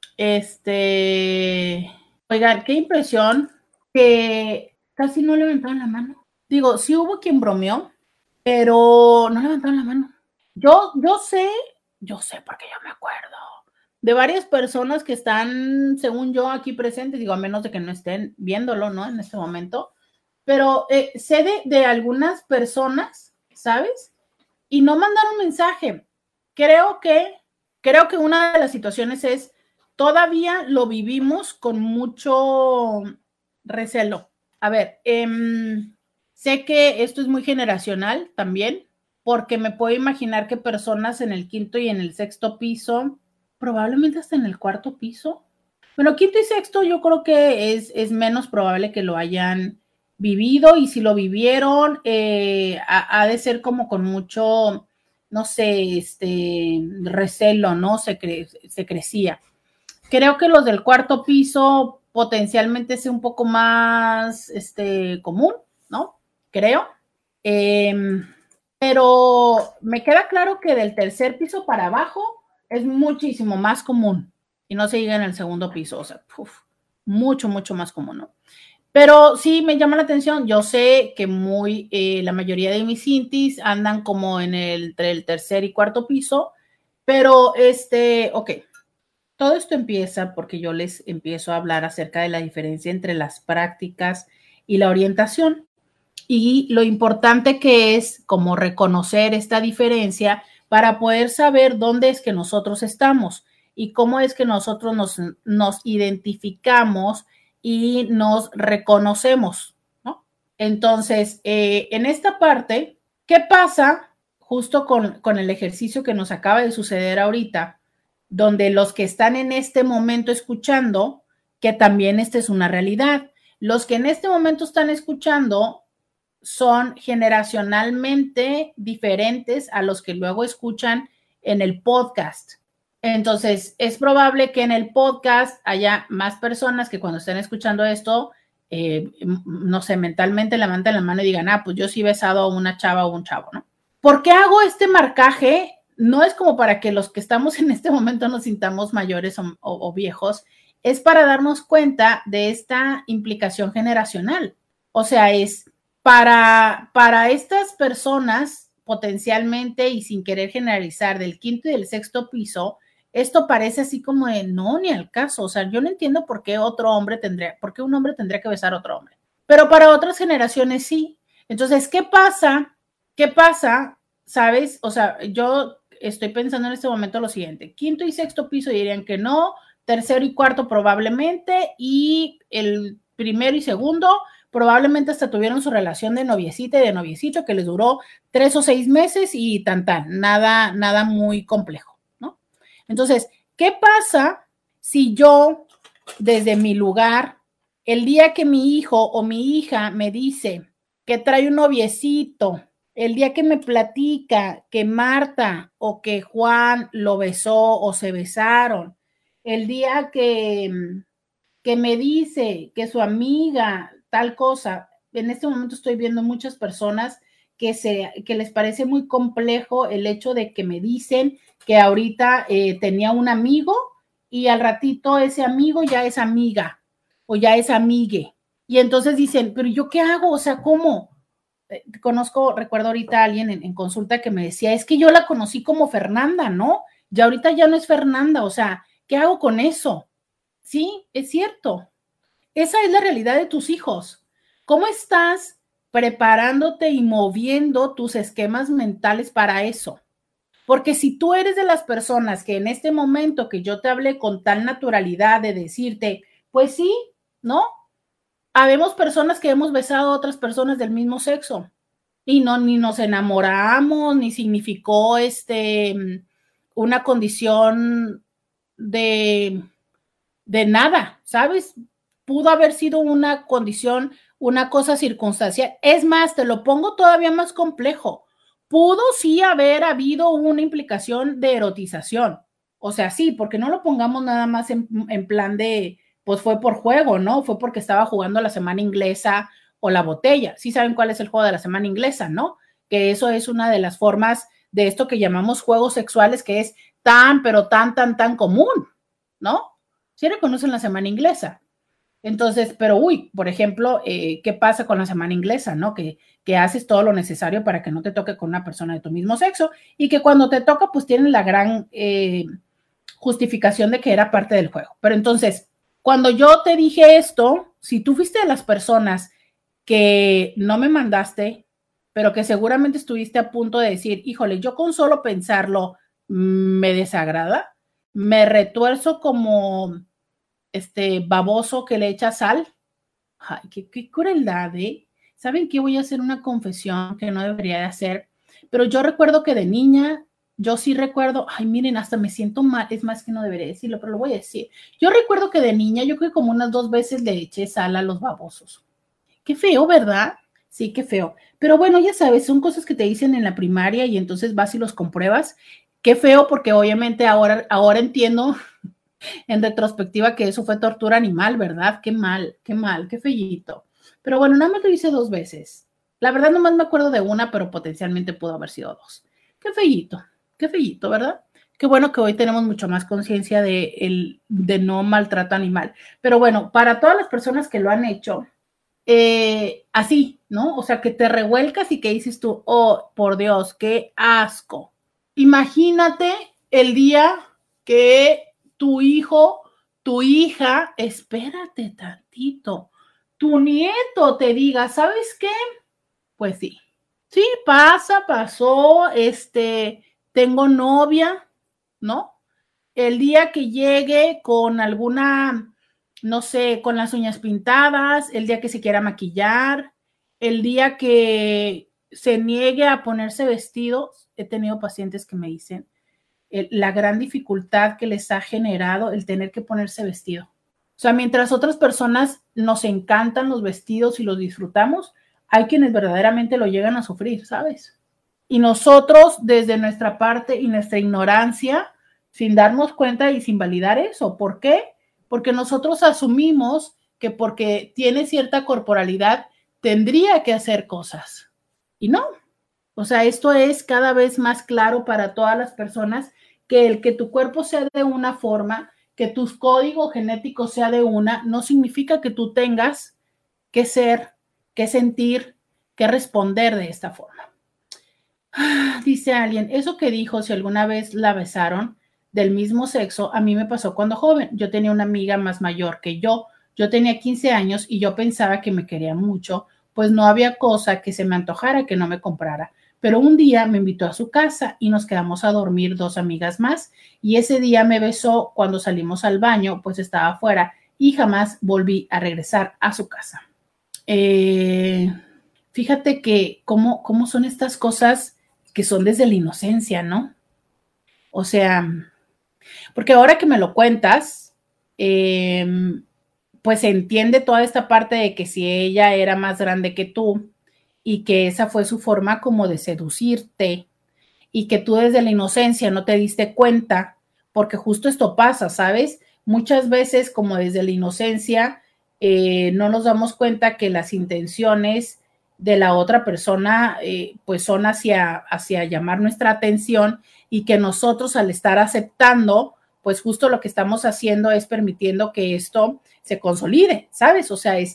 B: Oigan, qué impresión que casi no levantaron la mano. Digo, sí hubo quien bromeó, pero no levantaron la mano. Yo sé porque yo me acuerdo de varias personas que están, según yo, aquí presentes, digo, a menos de que no estén viéndolo, ¿no? En este momento, pero sé de algunas personas, ¿sabes? Y no mandaron mensaje. Creo que una de las situaciones es, todavía lo vivimos con mucho recelo. A ver, sé que esto es muy generacional también, porque me puedo imaginar que personas en el quinto y en el sexto piso, probablemente hasta en el cuarto piso, bueno, quinto y sexto yo creo que es menos probable que lo hayan vivido, y si lo vivieron, ha de ser como con mucho, no sé, recelo, ¿no? Se crecía. Creo que los del cuarto piso potencialmente es un poco más común, ¿no? Creo. Pero me queda claro que del tercer piso para abajo es muchísimo más común y no se llega en el segundo piso, o sea, mucho, mucho más común, ¿no? Pero sí me llama la atención. Yo sé que la mayoría de mis intis andan como entre el tercer y cuarto piso, pero ok. Todo esto empieza porque yo les empiezo a hablar acerca de la diferencia entre las prácticas y la orientación y lo importante que es como reconocer esta diferencia para poder saber dónde es que nosotros estamos y cómo es que nosotros nos identificamos y nos reconocemos, ¿no? Entonces, en esta parte, ¿qué pasa justo con el ejercicio que nos acaba de suceder ahorita? Donde los que están en este momento escuchando, que también esta es una realidad, los que en este momento están escuchando son generacionalmente diferentes a los que luego escuchan en el podcast. Entonces, es probable que en el podcast haya más personas que cuando estén escuchando esto, no sé, mentalmente levanten la mano y digan, pues yo sí he besado a una chava o un chavo, ¿no? ¿Por qué hago este marcaje? No es como para que los que estamos en este momento nos sintamos mayores o viejos, es para darnos cuenta de esta implicación generacional. O sea, es para estas personas potencialmente y sin querer generalizar del quinto y del sexto piso, esto parece así como de no, ni al caso. O sea, yo no entiendo por qué un hombre tendría que besar a otro hombre. Pero para otras generaciones sí. Entonces, ¿qué pasa? ¿Sabes? O sea, yo estoy pensando en este momento lo siguiente. Quinto y sexto piso dirían que no, tercero y cuarto probablemente, y el primero y segundo probablemente hasta tuvieron su relación de noviecita y de noviecito que les duró 3 o 6 meses y nada muy complejo, ¿no? Entonces, ¿qué pasa si yo, desde mi lugar, el día que mi hijo o mi hija me dice que trae un noviecito, el día que me platica que Marta o que Juan lo besó o se besaron, el día que me dice que su amiga tal cosa, en este momento estoy viendo muchas personas que les parece muy complejo el hecho de que me dicen que ahorita tenía un amigo y al ratito ese amigo ya es amiga o ya es amigue. Y entonces dicen, pero ¿yo qué hago? O sea, ¿cómo? Recuerdo ahorita a alguien en consulta que me decía, es que yo la conocí como Fernanda, ¿no? Ya ahorita ya no es Fernanda, o sea, ¿qué hago con eso? Sí, es cierto. Esa es la realidad de tus hijos. ¿Cómo estás preparándote y moviendo tus esquemas mentales para eso? Porque si tú eres de las personas que en este momento que yo te hablé con tal naturalidad de decirte, pues sí, ¿no? Habemos personas que hemos besado a otras personas del mismo sexo y no, ni nos enamoramos, ni significó una condición de nada, ¿sabes? Pudo haber sido una condición, una cosa circunstancial. Es más, te lo pongo todavía más complejo. Pudo sí haber habido una implicación de erotización. O sea, sí, porque no lo pongamos nada más en plan de, pues fue por juego, ¿no? Fue porque estaba jugando la semana inglesa o la botella. Sí saben cuál es el juego de la semana inglesa, ¿no? Que eso es una de las formas de esto que llamamos juegos sexuales, que es pero tan común, ¿no? Sí reconocen la semana inglesa. Entonces, pero por ejemplo, ¿qué pasa con la semana inglesa, no? Que haces todo lo necesario para que no te toque con una persona de tu mismo sexo y que cuando te toca, pues tienen la gran justificación de que era parte del juego. Pero entonces, cuando yo te dije esto, si tú fuiste de las personas que no me mandaste, pero que seguramente estuviste a punto de decir, híjole, yo con solo pensarlo me desagrada, me retuerzo como baboso que le echa sal. Ay, qué crueldad, ¿eh? ¿Saben qué? Voy a hacer una confesión que no debería de hacer, pero yo recuerdo que de niña, yo sí recuerdo, ay, miren, hasta me siento mal, es más que no debería decirlo, pero lo voy a decir. Yo recuerdo que de niña, yo creo que como unas 2 veces le eché sal a los babosos. Qué feo, ¿verdad? Sí, qué feo. Pero bueno, ya sabes, son cosas que te dicen en la primaria y entonces vas y los compruebas. Qué feo, porque obviamente ahora entiendo en retrospectiva que eso fue tortura animal, ¿verdad? Qué mal, qué fellito. Pero bueno, nada más lo hice 2 veces. La verdad nomás me acuerdo de una, pero potencialmente pudo haber sido 2. Qué fellito, ¿verdad? Qué bueno que hoy tenemos mucho más conciencia de no maltrato animal. Pero bueno, para todas las personas que lo han hecho, así, ¿no? O sea, que te revuelcas y que dices tú, oh, por Dios, qué asco. Imagínate el día que tu hijo, tu hija, espérate tantito, tu nieto te diga, ¿sabes qué? Pues sí, pasó, tengo novia, ¿no? El día que llegue con alguna, no sé, con las uñas pintadas, el día que se quiera maquillar, el día que se niegue a ponerse vestidos, he tenido pacientes que me dicen, la gran dificultad que les ha generado el tener que ponerse vestido. O sea, mientras otras personas nos encantan los vestidos y los disfrutamos, hay quienes verdaderamente lo llegan a sufrir, ¿sabes? Y nosotros, desde nuestra parte y nuestra ignorancia, sin darnos cuenta y sin validar eso. ¿Por qué? Porque nosotros asumimos que porque tiene cierta corporalidad, tendría que hacer cosas. Y no. O sea, esto es cada vez más claro para todas las personas, que el que tu cuerpo sea de una forma, que tu código genético sea de una, no significa que tú tengas que ser, que sentir, que responder de esta forma. Dice alguien, eso que dijo, si alguna vez la besaron del mismo sexo, a mí me pasó cuando joven. Yo tenía una amiga más mayor que yo tenía 15 años y yo pensaba que me quería mucho, pues no había cosa que se me antojara que no me comprara. Pero un día me invitó a su casa y nos quedamos a dormir 2 amigas más, y ese día me besó cuando salimos al baño, pues estaba afuera, y jamás volví a regresar a su casa. Fíjate que cómo son estas cosas que son desde la inocencia, ¿no? O sea, porque ahora que me lo cuentas, pues se entiende toda esta parte de que si ella era más grande que tú y que esa fue su forma como de seducirte y que tú desde la inocencia no te diste cuenta, porque justo esto pasa, ¿sabes? Muchas veces como desde la inocencia no nos damos cuenta que las intenciones de la otra persona pues son hacia llamar nuestra atención, y que nosotros al estar aceptando pues justo lo que estamos haciendo es permitiendo que esto se consolide, ¿sabes? O sea,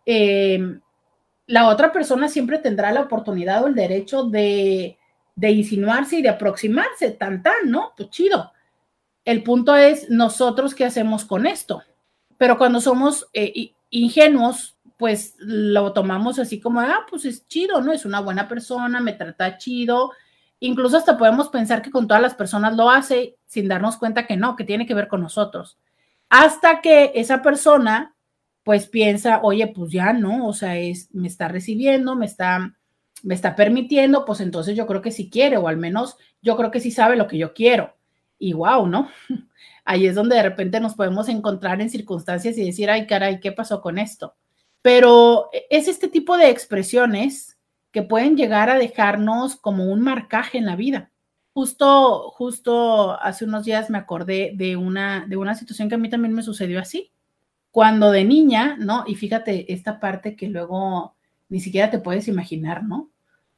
B: la otra persona siempre tendrá la oportunidad o el derecho de insinuarse y de aproximarse, ¿no? Pues chido. El punto es nosotros qué hacemos con esto. Pero cuando somos ingenuos, pues lo tomamos así como, pues es chido, ¿no? Es una buena persona, me trata chido. Incluso hasta podemos pensar que con todas las personas lo hace sin darnos cuenta que no, que tiene que ver con nosotros. Hasta que esa persona pues piensa, oye, pues ya no, o sea, me está recibiendo, me está permitiendo, pues entonces yo creo que sí quiere, o al menos yo creo que sí sabe lo que yo quiero. Y wow, ¿no? Ahí es donde de repente nos podemos encontrar en circunstancias y decir, ay, caray, ¿qué pasó con esto? Pero es este tipo de expresiones que pueden llegar a dejarnos como un marcaje en la vida. Justo hace unos días me acordé de una situación que a mí también me sucedió así. Cuando de niña, ¿no? Y fíjate esta parte que luego ni siquiera te puedes imaginar, ¿no?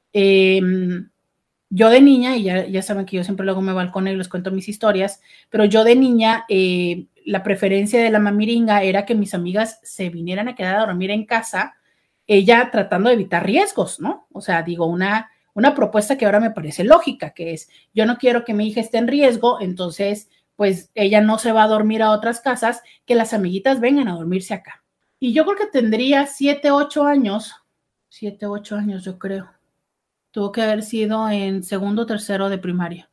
B: Yo de niña, y ya saben que yo siempre luego me balcono y les cuento mis historias, pero yo de niña, la preferencia de la mamiringa era que mis amigas se vinieran a quedar a dormir en casa, ella tratando de evitar riesgos, ¿no? O sea, digo, una propuesta que ahora me parece lógica, que es, yo no quiero que mi hija esté en riesgo, entonces, pues ella no se va a dormir a otras casas, que las amiguitas vengan a dormirse acá. Y yo creo que tendría 7, 8 años yo creo. Tuvo que haber sido en segundo o tercero de primaria.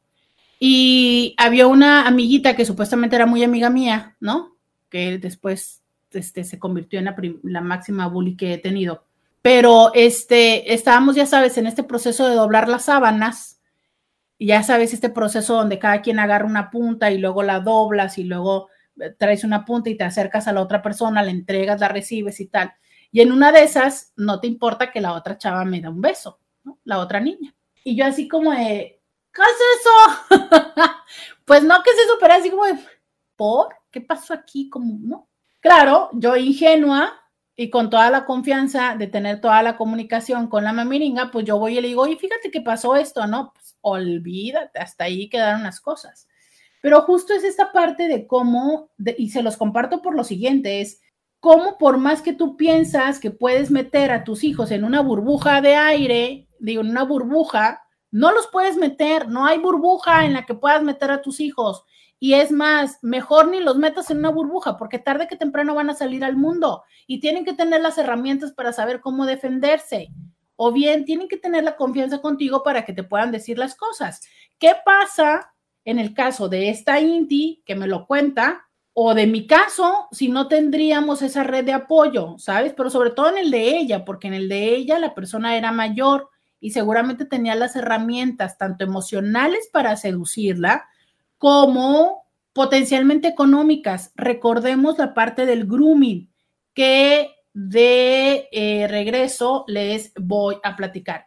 B: Y había una amiguita que supuestamente era muy amiga mía, ¿no? Que después se convirtió en la máxima bully que he tenido. Pero estábamos, ya sabes, en este proceso de doblar las sábanas. Y ya sabes, este proceso donde cada quien agarra una punta y luego la doblas y luego traes una punta y te acercas a la otra persona, la entregas, la recibes y tal. Y en una de esas, no te importa que la otra chava me da un beso, ¿no? La otra niña. Y yo así como de, ¿qué es eso? Pues no, ¿qué es eso? Pero así como de, ¿por? ¿Qué pasó aquí? Como, ¿no? Claro, yo ingenua y con toda la confianza de tener toda la comunicación con la mamiringa, pues yo voy y le digo, oye, fíjate que pasó esto, ¿no? Pues olvídate, hasta ahí quedaron las cosas. Pero justo es esta parte de cómo, y se los comparto por lo siguiente, es cómo por más que tú piensas que puedes meter a tus hijos en una burbuja de aire, digo, en una burbuja, no los puedes meter, no hay burbuja en la que puedas meter a tus hijos. Y es más, mejor ni los metas en una burbuja, porque tarde que temprano van a salir al mundo y tienen que tener las herramientas para saber cómo defenderse. O bien tienen que tener la confianza contigo para que te puedan decir las cosas. ¿Qué pasa en el caso de esta Inti que me lo cuenta? O de mi caso, si no tendríamos esa red de apoyo, ¿sabes? Pero sobre todo en el de ella, porque en el de ella la persona era mayor y seguramente tenía las herramientas tanto emocionales para seducirla como potencialmente económicas. Recordemos la parte del grooming que de regreso les voy a platicar.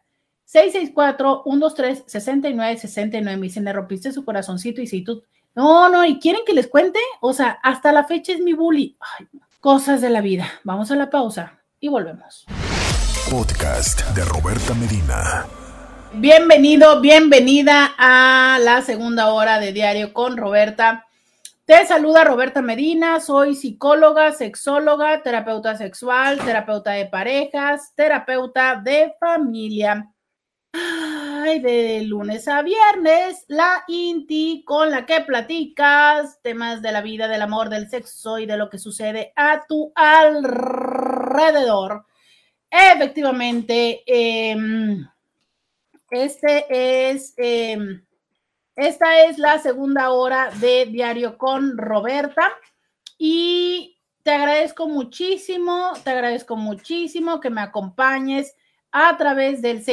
B: 664-123-6969. Me dicen, le rompiste su corazoncito y si tú... No, ¿y quieren que les cuente? O sea, hasta la fecha es mi bully. Ay, cosas de la vida. Vamos a la pausa y volvemos.
A: Podcast de Roberta Medina.
B: Bienvenido, bienvenida a la segunda hora de Diario con Roberta. Te saluda Roberta Medina, soy psicóloga, sexóloga, terapeuta sexual, terapeuta de parejas, terapeuta de familia. Ay, de lunes a viernes, la Inti con la que platicas temas de la vida, del amor, del sexo y de lo que sucede a tu alrededor. Efectivamente, esta es la segunda hora de Diario con Roberta y te agradezco muchísimo que me acompañes a través del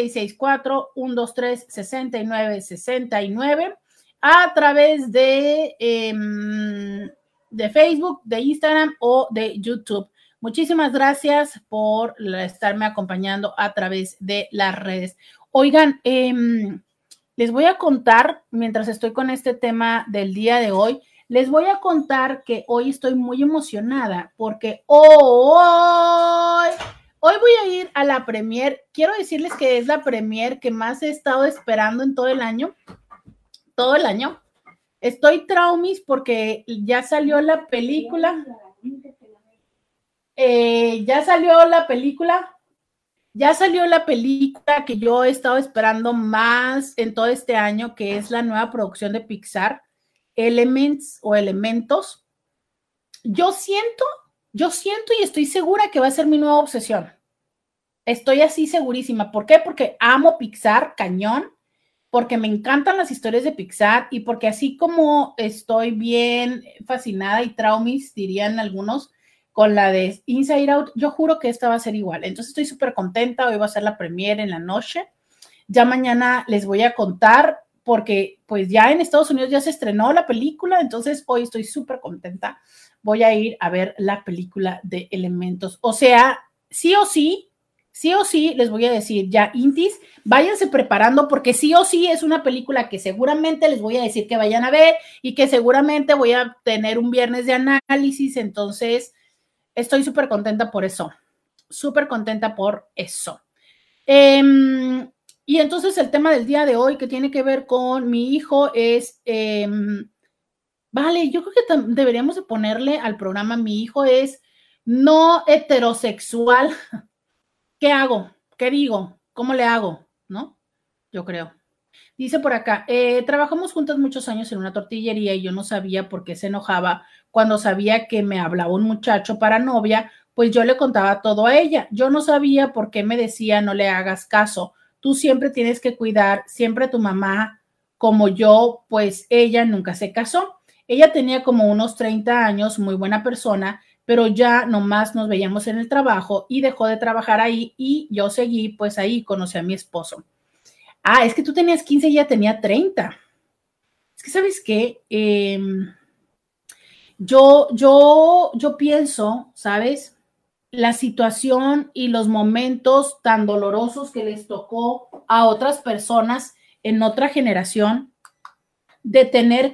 B: 664-123-6969, a través de Facebook, de Instagram o de YouTube. Muchísimas gracias por estarme acompañando a través de las redes. Oigan, les voy a contar, mientras estoy con este tema del día de hoy, les voy a contar que hoy estoy muy emocionada porque hoy voy a ir a la premier. Quiero decirles que es la premier que más he estado esperando en todo el año. Todo el año. Estoy traumis porque ya salió la película. Ya salió la película. Ya salió la película que yo he estado esperando más en todo este año, que es la nueva producción de Pixar, Elements o Elementos. Yo siento y estoy segura que va a ser mi nueva obsesión. Estoy así segurísima. ¿Por qué? Porque amo Pixar, cañón, porque me encantan las historias de Pixar y porque así como estoy bien fascinada y traumis, dirían algunos, con la de Inside Out, yo juro que esta va a ser igual. Entonces estoy súper contenta. Hoy va a ser la premiere en la noche. Ya mañana les voy a contar porque pues ya en Estados Unidos ya se estrenó la película, entonces hoy estoy súper contenta. Voy a ir a ver la película de Elementos. O sea, sí o sí, les voy a decir ya, Intis, váyanse preparando porque sí o sí es una película que seguramente les voy a decir que vayan a ver y que seguramente voy a tener un viernes de análisis, entonces estoy súper contenta por eso, súper contenta por eso. Y entonces el tema del día de hoy que tiene que ver con mi hijo es, vale, yo creo que deberíamos de ponerle al programa mi hijo es no heterosexual. ¿Qué hago? ¿Qué digo? ¿Cómo le hago? ¿No? Yo creo. Dice por acá, trabajamos juntas muchos años en una tortillería y yo no sabía por qué se enojaba cuando sabía que me hablaba un muchacho para novia, pues yo le contaba todo a ella. Yo no sabía por qué me decía no le hagas caso. Tú siempre tienes que cuidar, siempre tu mamá como yo, pues ella nunca se casó. Ella tenía como unos 30 años, muy buena persona, pero ya nomás nos veíamos en el trabajo y dejó de trabajar ahí y yo seguí, pues ahí conocí a mi esposo. Ah, es que tú tenías 15 y ella tenía 30. Es que, ¿sabes qué? Yo pienso, ¿sabes? La situación y los momentos tan dolorosos que les tocó a otras personas en otra generación, de tener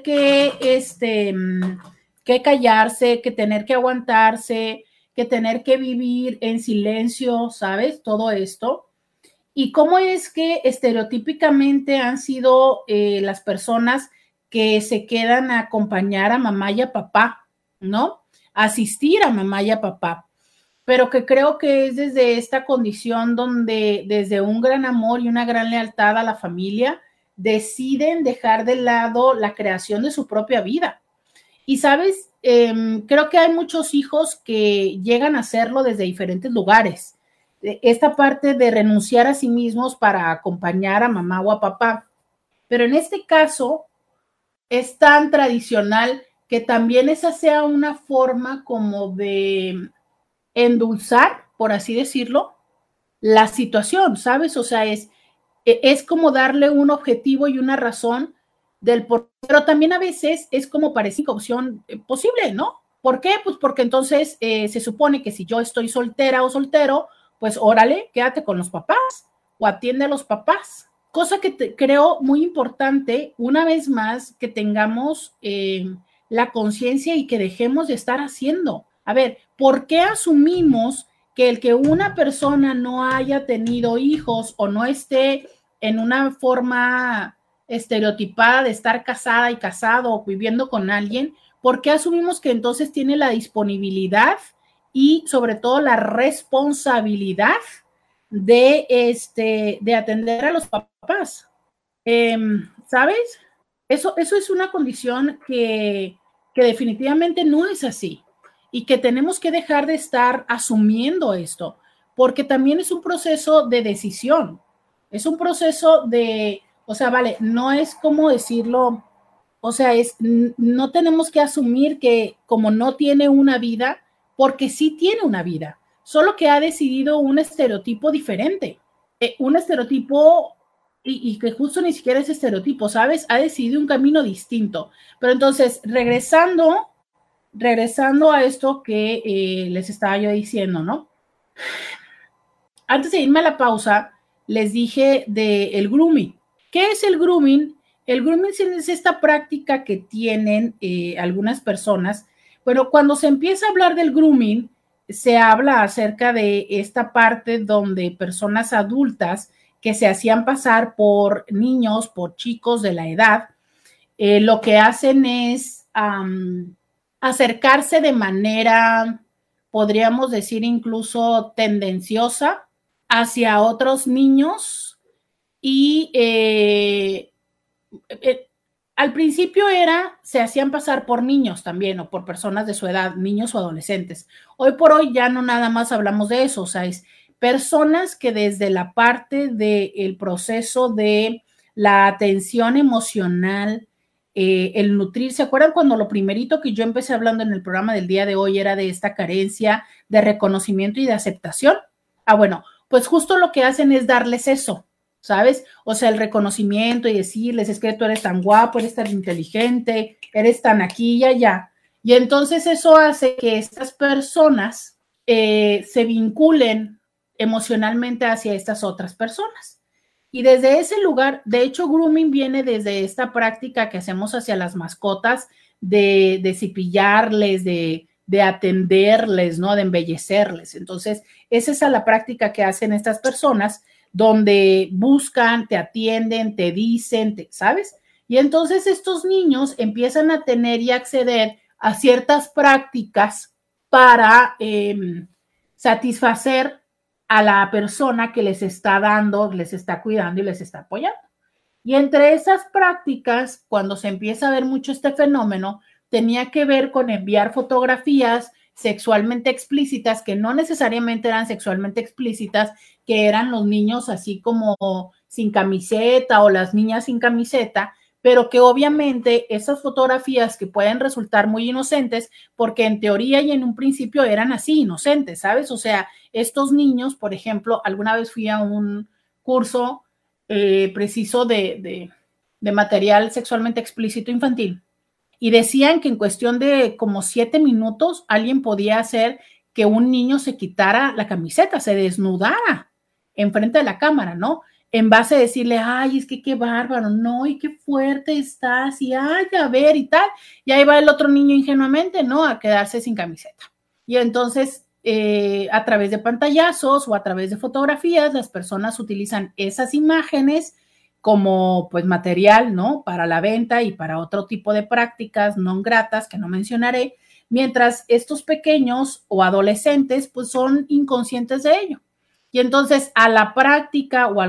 B: que callarse, que tener que aguantarse, que tener que vivir en silencio, ¿sabes? Todo esto. ¿Y cómo es que estereotípicamente han sido las personas que se quedan a acompañar a mamá y a papá, ¿no? Asistir a mamá y a papá. Pero que creo que es desde esta condición donde desde un gran amor y una gran lealtad a la familia deciden dejar de lado la creación de su propia vida. Y sabes, creo que hay muchos hijos que llegan a hacerlo desde diferentes lugares. Esta parte de renunciar a sí mismos para acompañar a mamá o a papá. Pero en este caso es tan tradicional que también esa sea una forma como de endulzar, por así decirlo, la situación, ¿sabes? O sea, es como darle un objetivo y una razón del por, pero también a veces es como parece opción posible, ¿no? ¿Por qué? Pues porque entonces se supone que si yo estoy soltera o soltero, pues órale, quédate con los papás o atiende a los papás. Cosa que creo muy importante, una vez más, que tengamos la conciencia y que dejemos de estar haciendo. A ver, ¿por qué asumimos que el que una persona no haya tenido hijos o no esté en una forma estereotipada de estar casada y casado o viviendo con alguien, ¿por qué asumimos que entonces tiene la disponibilidad y sobre todo la responsabilidad de atender a los papás? ¿Sabes? Eso es una condición que definitivamente no es así y que tenemos que dejar de estar asumiendo esto, porque también es un proceso de decisión, es un proceso de, o sea, vale, no es como decirlo, o sea, no tenemos que asumir que como no tiene una vida, porque sí tiene una vida, solo que ha decidido un estereotipo diferente, un estereotipo y que justo ni siquiera es estereotipo, ¿sabes? Ha decidido un camino distinto. Pero entonces, regresando a esto que les estaba yo diciendo, ¿no? Antes de irme a la pausa, les dije del grooming. ¿Qué es el grooming? El grooming es esta práctica que tienen algunas personas. Bueno, cuando se empieza a hablar del grooming, se habla acerca de esta parte donde personas adultas que se hacían pasar por niños, por chicos de la edad, lo que hacen es acercarse de manera, podríamos decir, incluso tendenciosa hacia otros niños y al principio se hacían pasar por niños también o por personas de su edad, niños o adolescentes. Hoy por hoy ya no nada más hablamos de eso, o sea, es personas que desde la parte del proceso de la atención emocional, el nutrir, ¿se acuerdan cuando lo primerito que yo empecé hablando en el programa del día de hoy era de esta carencia de reconocimiento y de aceptación? Bueno, pues justo lo que hacen es darles eso, ¿sabes? O sea, el reconocimiento y decirles, es que tú eres tan guapo, eres tan inteligente, eres tan aquí y allá. Y entonces eso hace que estas personas se vinculen emocionalmente hacia estas otras personas. Y desde ese lugar, de hecho, grooming viene desde esta práctica que hacemos hacia las mascotas de cepillarles, de atenderles, ¿no? De embellecerles. Entonces, esa es la práctica que hacen estas personas, donde buscan, te atienden, te dicen, ¿sabes? Y entonces estos niños empiezan a tener y acceder a ciertas prácticas para satisfacer a la persona que les está dando, les está cuidando y les está apoyando. Y entre esas prácticas, cuando se empieza a ver mucho este fenómeno, tenía que ver con enviar fotografías sexualmente explícitas, que no necesariamente eran sexualmente explícitas, que eran los niños así como sin camiseta o las niñas sin camiseta, pero que obviamente esas fotografías que pueden resultar muy inocentes, porque en teoría y en un principio eran así, inocentes, ¿sabes? O sea, estos niños, por ejemplo, alguna vez fui a un curso preciso de material sexualmente explícito infantil, y decían que en cuestión de como 7 minutos alguien podía hacer que un niño se quitara la camiseta, se desnudara enfrente de la cámara, ¿no? En base a decirle, ay, es que qué bárbaro, no, y qué fuerte estás, y ay, a ver, y tal. Y ahí va el otro niño ingenuamente, ¿no? A quedarse sin camiseta. Y entonces, a través de pantallazos o a través de fotografías, las personas utilizan esas imágenes como pues material, ¿no? Para la venta y para otro tipo de prácticas no gratas que no mencionaré, mientras estos pequeños o adolescentes pues son inconscientes de ello. Y entonces a la práctica o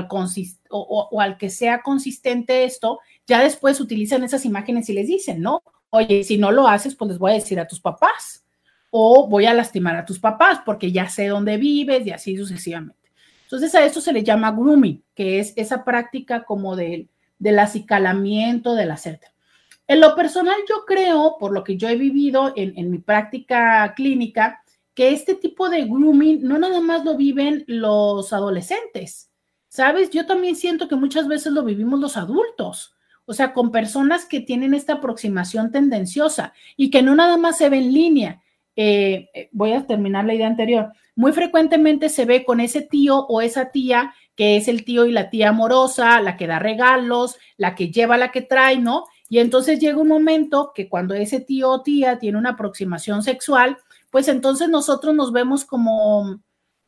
B: al que sea consistente esto, ya después utilizan esas imágenes y les dicen, ¿no? Oye, si no lo haces, pues les voy a decir a tus papás o voy a lastimar a tus papás porque ya sé dónde vives y así sucesivamente. Entonces a esto se le llama grooming, que es esa práctica como del acicalamiento, del hacerte. En lo personal yo creo, por lo que yo he vivido en mi práctica clínica, que este tipo de grooming no nada más lo viven los adolescentes, ¿sabes? Yo también siento que muchas veces lo vivimos los adultos, o sea, con personas que tienen esta aproximación tendenciosa y que no nada más se ve en línea. Voy a terminar la idea anterior. Muy frecuentemente se ve con ese tío o esa tía que es el tío y la tía amorosa, la que da regalos, la que lleva, la que trae, ¿no? Y entonces llega un momento que cuando ese tío o tía tiene una aproximación sexual, pues entonces nosotros nos vemos como,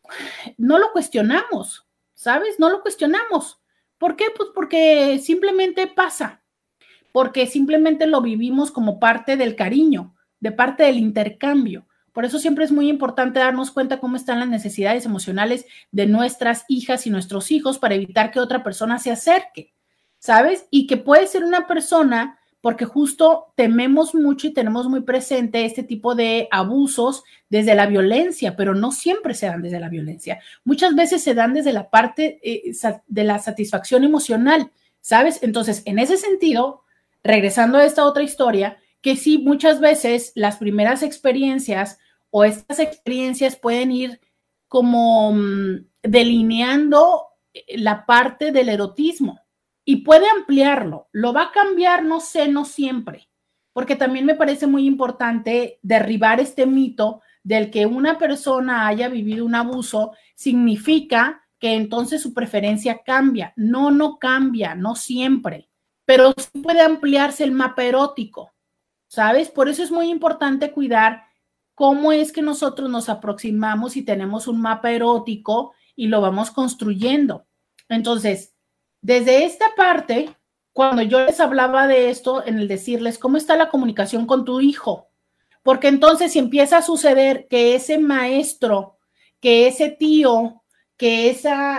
B: no lo cuestionamos, ¿sabes? No lo cuestionamos. ¿Por qué? Pues porque simplemente pasa, porque simplemente lo vivimos como parte del cariño, de parte del intercambio. Por eso siempre es muy importante darnos cuenta cómo están las necesidades emocionales de nuestras hijas y nuestros hijos para evitar que otra persona se acerque, ¿sabes? Y que puede ser una persona, porque justo tememos mucho y tenemos muy presente este tipo de abusos desde la violencia, pero no siempre se dan desde la violencia. Muchas veces se dan desde la parte de la satisfacción emocional, ¿sabes? Entonces, en ese sentido, regresando a esta otra historia, que sí, muchas veces las primeras experiencias o estas experiencias pueden ir como delineando la parte del erotismo y puede ampliarlo. Lo va a cambiar, no sé, no siempre, porque también me parece muy importante derribar este mito del que una persona haya vivido un abuso significa que entonces su preferencia cambia. No, no cambia, no siempre, pero sí puede ampliarse el mapa erótico, ¿sabes? Por eso es muy importante cuidar cómo es que nosotros nos aproximamos y tenemos un mapa erótico y lo vamos construyendo. Entonces, desde esta parte, cuando yo les hablaba de esto, en el decirles, ¿cómo está la comunicación con tu hijo? Porque entonces si empieza a suceder que ese maestro, que ese tío, que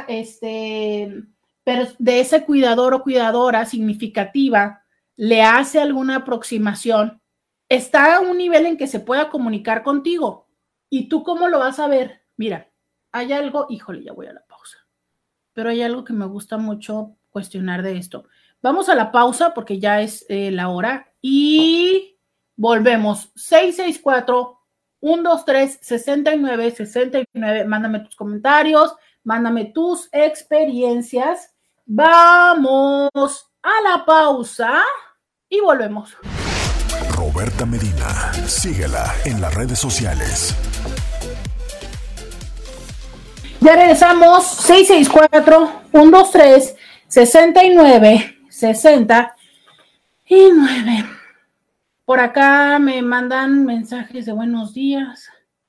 B: de ese cuidador o cuidadora significativa le hace alguna aproximación, está a un nivel en que se pueda comunicar contigo. ¿Y tú cómo lo vas a ver? Mira, hay algo, híjole, ya voy a la pausa, pero hay algo que me gusta mucho cuestionar de esto. Vamos a la pausa porque ya es la hora y volvemos. 664-123-6969. Mándame tus comentarios, mándame tus experiencias. Vamos a la pausa y volvemos.
A: Roberta Medina, síguela en las redes sociales.
B: Ya regresamos, 664-123-6969. Por acá me mandan mensajes de buenos días.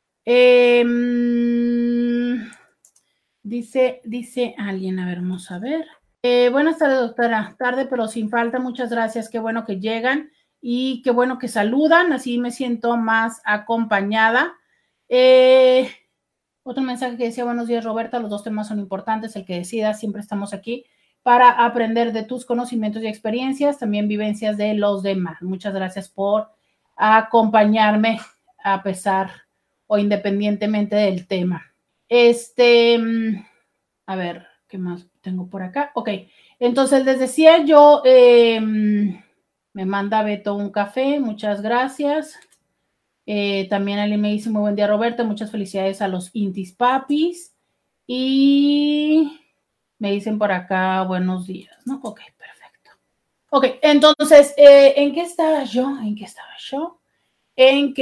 B: Dice alguien, a ver, vamos a ver. Buenas tardes, doctora. Tarde, pero sin falta. Muchas gracias. Qué bueno que llegan y qué bueno que saludan. Así me siento más acompañada. Otro mensaje que decía, buenos días, Roberta. Los dos temas son importantes. El que decidas, siempre estamos aquí para aprender de tus conocimientos y experiencias, también vivencias de los demás. Muchas gracias por acompañarme a pesar o independientemente del tema. A ver, ¿qué más tengo por acá? Ok, entonces les decía yo, me manda Beto un café, muchas gracias. También alguien me dice, muy buen día, Roberta, muchas felicidades a los Intis Papis. Y me dicen por acá, buenos días, ¿no? Ok, perfecto. Ok, entonces, ¿en qué estaba yo? En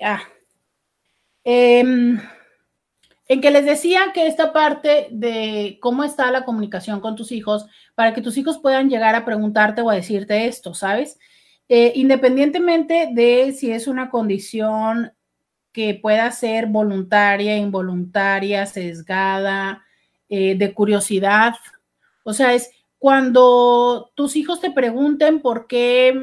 B: que les decía que esta parte de cómo está la comunicación con tus hijos, para que tus hijos puedan llegar a preguntarte o a decirte esto, ¿sabes? Independientemente de si es una condición que pueda ser voluntaria, involuntaria, sesgada, de curiosidad. O sea, es cuando tus hijos te pregunten por qué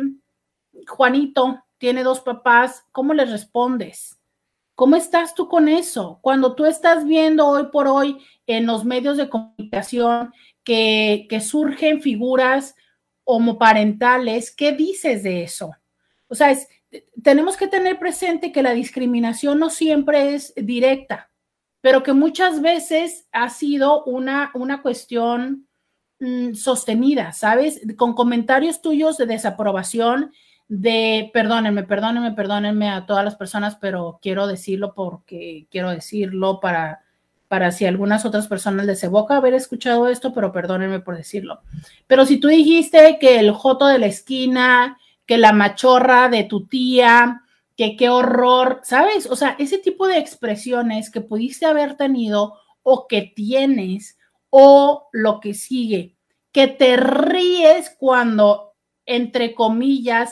B: Juanito tiene dos papás, ¿cómo les respondes? ¿Cómo estás tú con eso? Cuando tú estás viendo hoy por hoy en los medios de comunicación que surgen figuras homoparentales, ¿qué dices de eso? O sea, tenemos que tener presente que la discriminación no siempre es directa, pero que muchas veces ha sido una cuestión sostenida, ¿sabes? Con comentarios tuyos de desaprobación, de perdónenme a todas las personas, pero quiero decirlo porque quiero decirlo para si algunas otras personas les evoca haber escuchado esto, pero perdónenme por decirlo. Pero si tú dijiste que el joto de la esquina, que la machorra de tu tía, que qué horror, ¿sabes? O sea, ese tipo de expresiones que pudiste haber tenido o que tienes o lo que sigue, que te ríes cuando, entre comillas,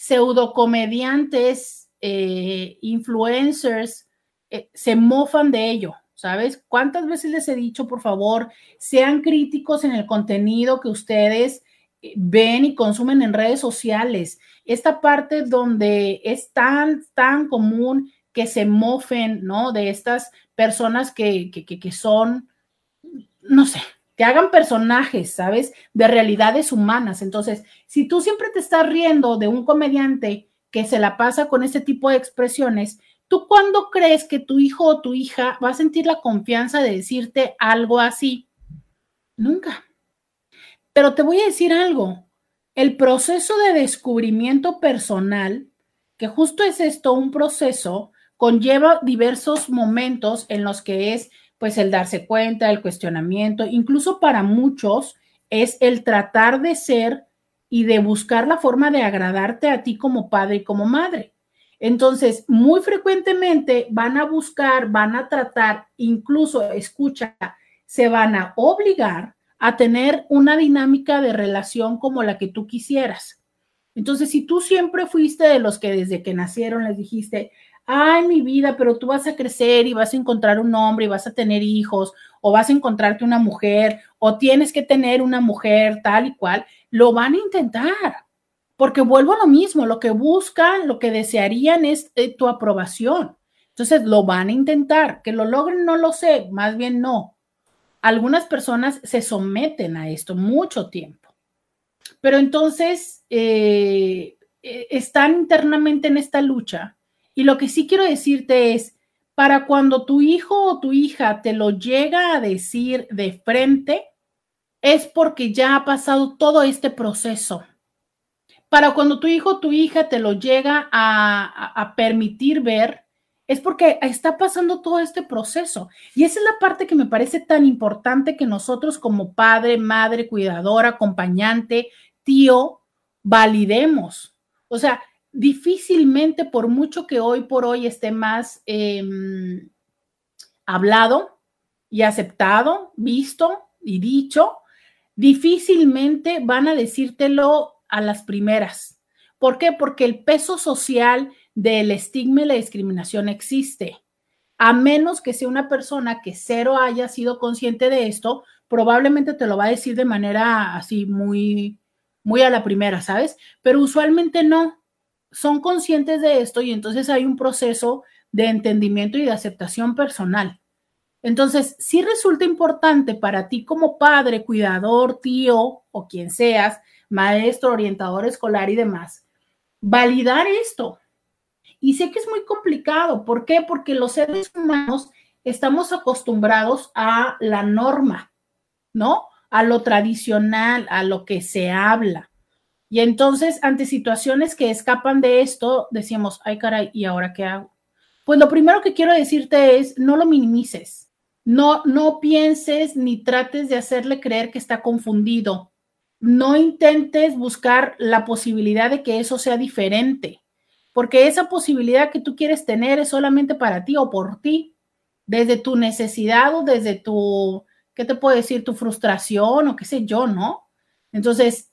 B: pseudocomediantes, influencers, se mofan de ello, ¿sabes? ¿Cuántas veces les he dicho, por favor, sean críticos en el contenido que ustedes ven y consumen en redes sociales? Esta parte donde es tan común que se mofen, ¿no? De estas personas que son, no sé, que hagan personajes, ¿sabes? De realidades humanas. Entonces, si tú siempre te estás riendo de un comediante que se la pasa con este tipo de expresiones, ¿tú cuándo crees que tu hijo o tu hija va a sentir la confianza de decirte algo así? Nunca. Pero te voy a decir algo. El proceso de descubrimiento personal, que justo es esto, un proceso, conlleva diversos momentos en los que es pues el darse cuenta, el cuestionamiento, incluso para muchos es el tratar de ser y de buscar la forma de agradarte a ti como padre y como madre. Entonces, muy frecuentemente van a buscar, van a tratar, incluso, escucha, se van a obligar a tener una dinámica de relación como la que tú quisieras. Entonces, si tú siempre fuiste de los que desde que nacieron les dijiste, ay, mi vida, pero tú vas a crecer y vas a encontrar un hombre y vas a tener hijos, o vas a encontrarte una mujer, o tienes que tener una mujer tal y cual, lo van a intentar. Porque vuelvo a lo mismo, lo que buscan, lo que desearían es tu aprobación. Entonces lo van a intentar. Que lo logren, no lo sé, más bien no. Algunas personas se someten a esto mucho tiempo. Pero entonces están internamente en esta lucha. Y lo que sí quiero decirte es, para cuando tu hijo o tu hija te lo llega a decir de frente, es porque ya ha pasado todo este proceso. Para cuando tu hijo o tu hija te lo llega a permitir ver, es porque está pasando todo este proceso. Y esa es la parte que me parece tan importante que nosotros como padre, madre, cuidador, acompañante, tío, validemos. O sea, difícilmente, por mucho que hoy por hoy esté más hablado y aceptado, visto y dicho, difícilmente van a decírtelo a las primeras. ¿Por qué? Porque el peso social del estigma y la discriminación existe. A menos que sea una persona que cero haya sido consciente de esto, probablemente te lo va a decir de manera así muy, muy a la primera, ¿sabes? Pero usualmente no. Son conscientes de esto y entonces hay un proceso de entendimiento y de aceptación personal. Entonces, sí resulta importante para ti como padre, cuidador, tío o quien seas, maestro, orientador escolar y demás, validar esto. Y sé que es muy complicado. ¿Por qué? Porque los seres humanos estamos acostumbrados a la norma, ¿no? A lo tradicional, a lo que se habla. Y entonces, ante situaciones que escapan de esto, decimos, ay, caray, ¿y ahora qué hago? Pues lo primero que quiero decirte es, no lo minimices. No pienses ni trates de hacerle creer que está confundido. No intentes buscar la posibilidad de que eso sea diferente, porque esa posibilidad que tú quieres tener es solamente para ti o por ti, desde tu necesidad o desde tu, ¿qué te puedo decir? Tu frustración o qué sé yo, ¿no? Entonces,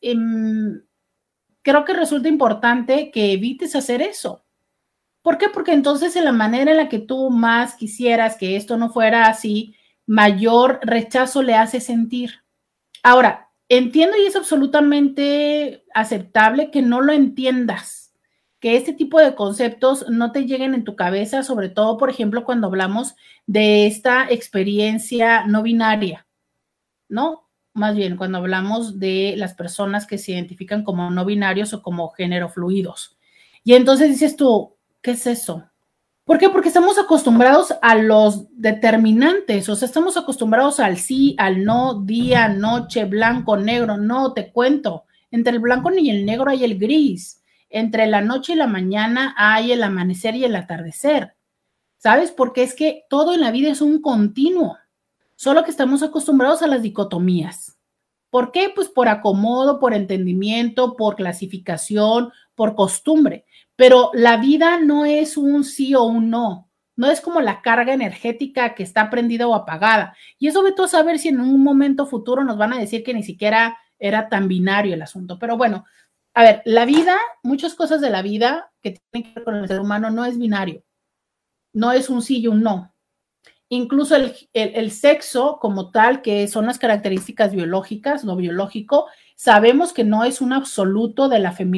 B: creo que resulta importante que evites hacer eso. ¿Por qué? Porque entonces en la manera en la que tú más quisieras que esto no fuera así, mayor rechazo le hace sentir. Ahora, entiendo y es absolutamente aceptable que no lo entiendas, que este tipo de conceptos no te lleguen en tu cabeza, sobre todo, por ejemplo, cuando hablamos de esta experiencia no binaria, ¿no? Más bien, cuando hablamos de las personas que se identifican como no binarios o como género fluidos. Y entonces dices tú, ¿qué es eso? ¿Por qué? Porque estamos acostumbrados a los determinantes, o sea, estamos acostumbrados al sí, al no, día, noche, blanco, negro. No, te cuento, entre el blanco y el negro hay el gris, entre la noche y la mañana hay el amanecer y el atardecer, ¿sabes? Porque es que todo en la vida es un continuo, solo que estamos acostumbrados a las dicotomías. ¿Por qué? Pues por acomodo, por entendimiento, por clasificación, por costumbre. Pero la vida no es un sí o un no. No es como la carga energética que está prendida o apagada. Y eso ve tú a saber si en un momento futuro nos van a decir que ni siquiera era tan binario el asunto. Pero bueno, a ver, la vida, muchas cosas de la vida que tienen que ver con el ser humano no es binario. No es un sí y un no. Incluso el sexo como tal, que son las características biológicas, lo biológico, sabemos que no es un absoluto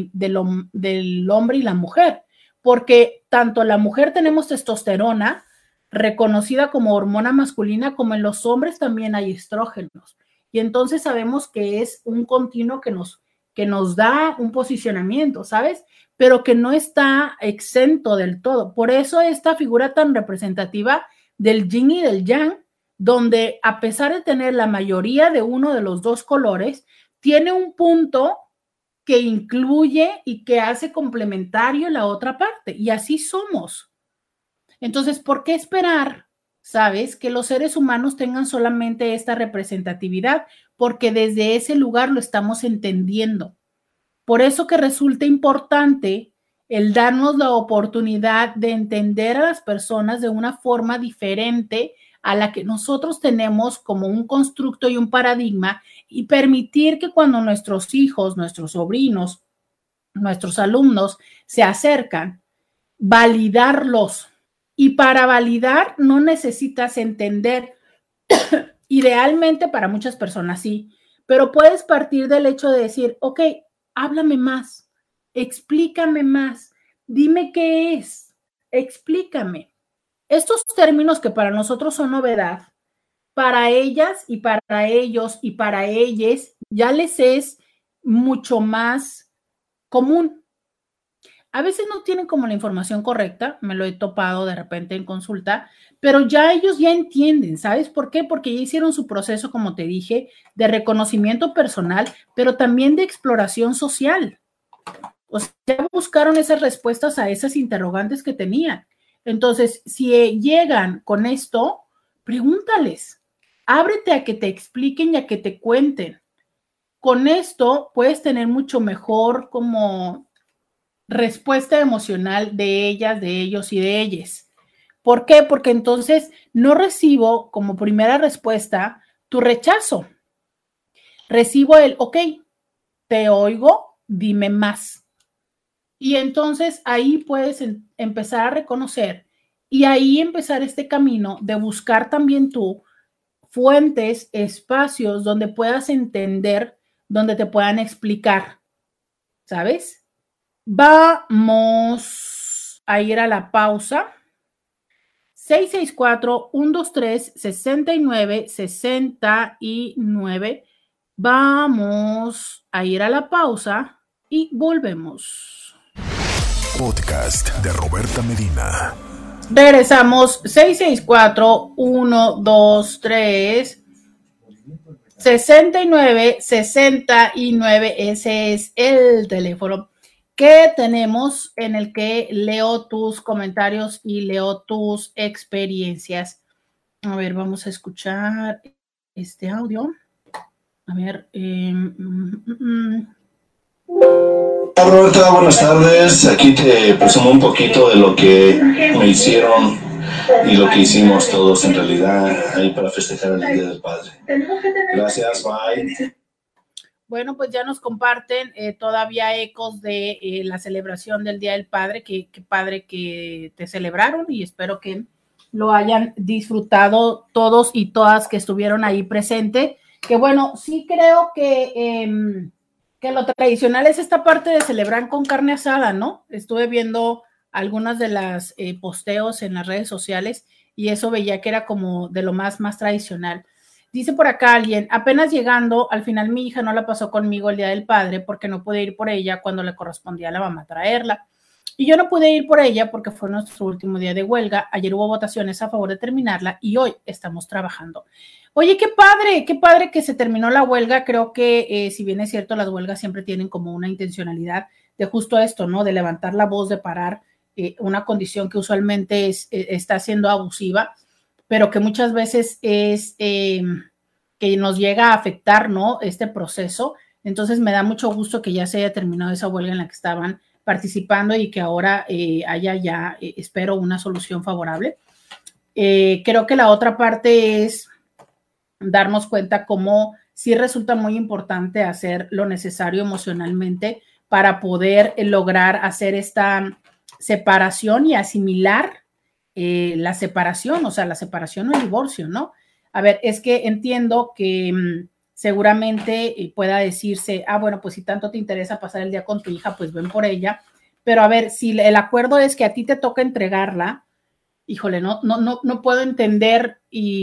B: del hombre y la mujer, porque tanto la mujer tenemos testosterona, reconocida como hormona masculina, como en los hombres también hay estrógenos. Y entonces sabemos que es un continuo que nos da un posicionamiento, ¿sabes? Pero que no está exento del todo. Por eso esta figura tan representativa del yin y del yang, donde a pesar de tener la mayoría de uno de los dos colores, tiene un punto que incluye y que hace complementario la otra parte. Y así somos. Entonces, ¿por qué esperar, sabes, que los seres humanos tengan solamente esta representatividad? Porque desde ese lugar lo estamos entendiendo. Por eso que resulta importante el darnos la oportunidad de entender a las personas de una forma diferente a la que nosotros tenemos como un constructo y un paradigma y permitir que cuando nuestros hijos, nuestros sobrinos, nuestros alumnos se acercan, validarlos. Y para validar no necesitas entender. Idealmente para muchas personas sí, pero puedes partir del hecho de decir, ok, háblame más, explícame más, dime qué es, explícame. Estos términos que para nosotros son novedad, para ellas y para ellos y para ellas ya les es mucho más común. A veces no tienen como la información correcta, me lo he topado de repente en consulta, pero ya ellos ya entienden, ¿sabes por qué? Porque ya hicieron su proceso, como te dije, de reconocimiento personal, pero también de exploración social. O sea, ya buscaron esas respuestas a esas interrogantes que tenían. Entonces, si llegan con esto, pregúntales, ábrete a que te expliquen y a que te cuenten. Con esto puedes tener mucho mejor como respuesta emocional de ellas, de ellos y de ellas. ¿Por qué? Porque entonces no recibo como primera respuesta tu rechazo. Recibo el, ok, te oigo, dime más. Y entonces ahí puedes empezar a reconocer y ahí empezar este camino de buscar también tú fuentes, espacios donde puedas entender, donde te puedan explicar, ¿sabes? Vamos a ir a la pausa. 664-123-6969. Vamos a ir a la pausa y volvemos.
A: Podcast de Roberta Medina.
B: Regresamos. 664-123-6969. Ese es el teléfono que tenemos en el que leo tus comentarios y leo tus experiencias. A ver, vamos a escuchar este audio. A ver.
C: Roberta, buenas tardes. Aquí te presumo un poquito de lo que me hicieron y lo que hicimos todos en realidad ahí para festejar el Día del Padre. Gracias, bye.
B: Bueno, pues ya nos comparten todavía ecos de la celebración del Día del Padre. Qué padre que te celebraron y espero que lo hayan disfrutado todos y todas que estuvieron ahí presente. Que bueno, sí creo que lo tradicional es esta parte de celebrar con carne asada, ¿no? Estuve viendo algunas de las posteos en las redes sociales y eso veía que era como de lo más tradicional. Dice por acá alguien, apenas llegando, al final mi hija no la pasó conmigo el Día del Padre porque no pude ir por ella cuando le correspondía a la mamá traerla. Y yo no pude ir por ella porque fue nuestro último día de huelga. Ayer hubo votaciones a favor de terminarla y hoy estamos trabajando. Oye, qué padre que se terminó la huelga. Creo que si bien es cierto, las huelgas siempre tienen como una intencionalidad de justo esto, ¿no? De levantar la voz, de parar una condición que usualmente está siendo abusiva, pero que muchas veces es que nos llega a afectar, ¿no? Este proceso. Entonces me da mucho gusto que ya se haya terminado esa huelga en la que estaban participando y que ahora haya ya, espero, una solución favorable. Creo que la otra parte es darnos cuenta cómo sí resulta muy importante hacer lo necesario emocionalmente para poder lograr hacer esta separación y asimilar la separación, o sea, la separación o el divorcio, ¿no? A ver, es que entiendo que seguramente pueda decirse, bueno, pues si tanto te interesa pasar el día con tu hija, pues ven por ella, pero a ver, si el acuerdo es que a ti te toca entregarla, híjole, no puedo entender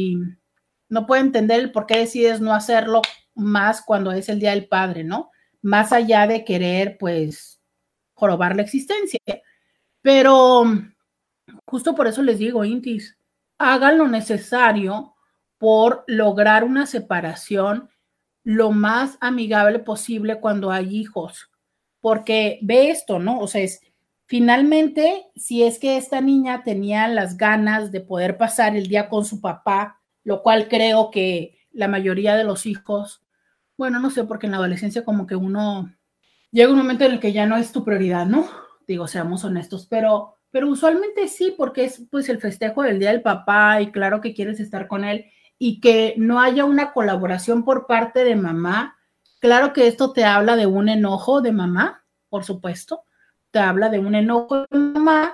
B: no puedo entender el por qué decides no hacerlo más cuando es el Día del Padre, ¿no? Más allá de querer, pues, jorobar la existencia. Pero justo por eso les digo, Intis, hagan lo necesario por lograr una separación lo más amigable posible cuando hay hijos. Porque ve esto, ¿no? O sea, finalmente, si es que esta niña tenía las ganas de poder pasar el día con su papá, lo cual creo que la mayoría de los hijos, bueno, no sé, porque en la adolescencia como que uno llega un momento en el que ya no es tu prioridad, ¿no? Digo, seamos honestos, pero usualmente sí, porque es pues el festejo del Día del Papá y claro que quieres estar con él y que no haya una colaboración por parte de mamá. Claro que esto te habla de un enojo de mamá, por supuesto, te habla de un enojo de mamá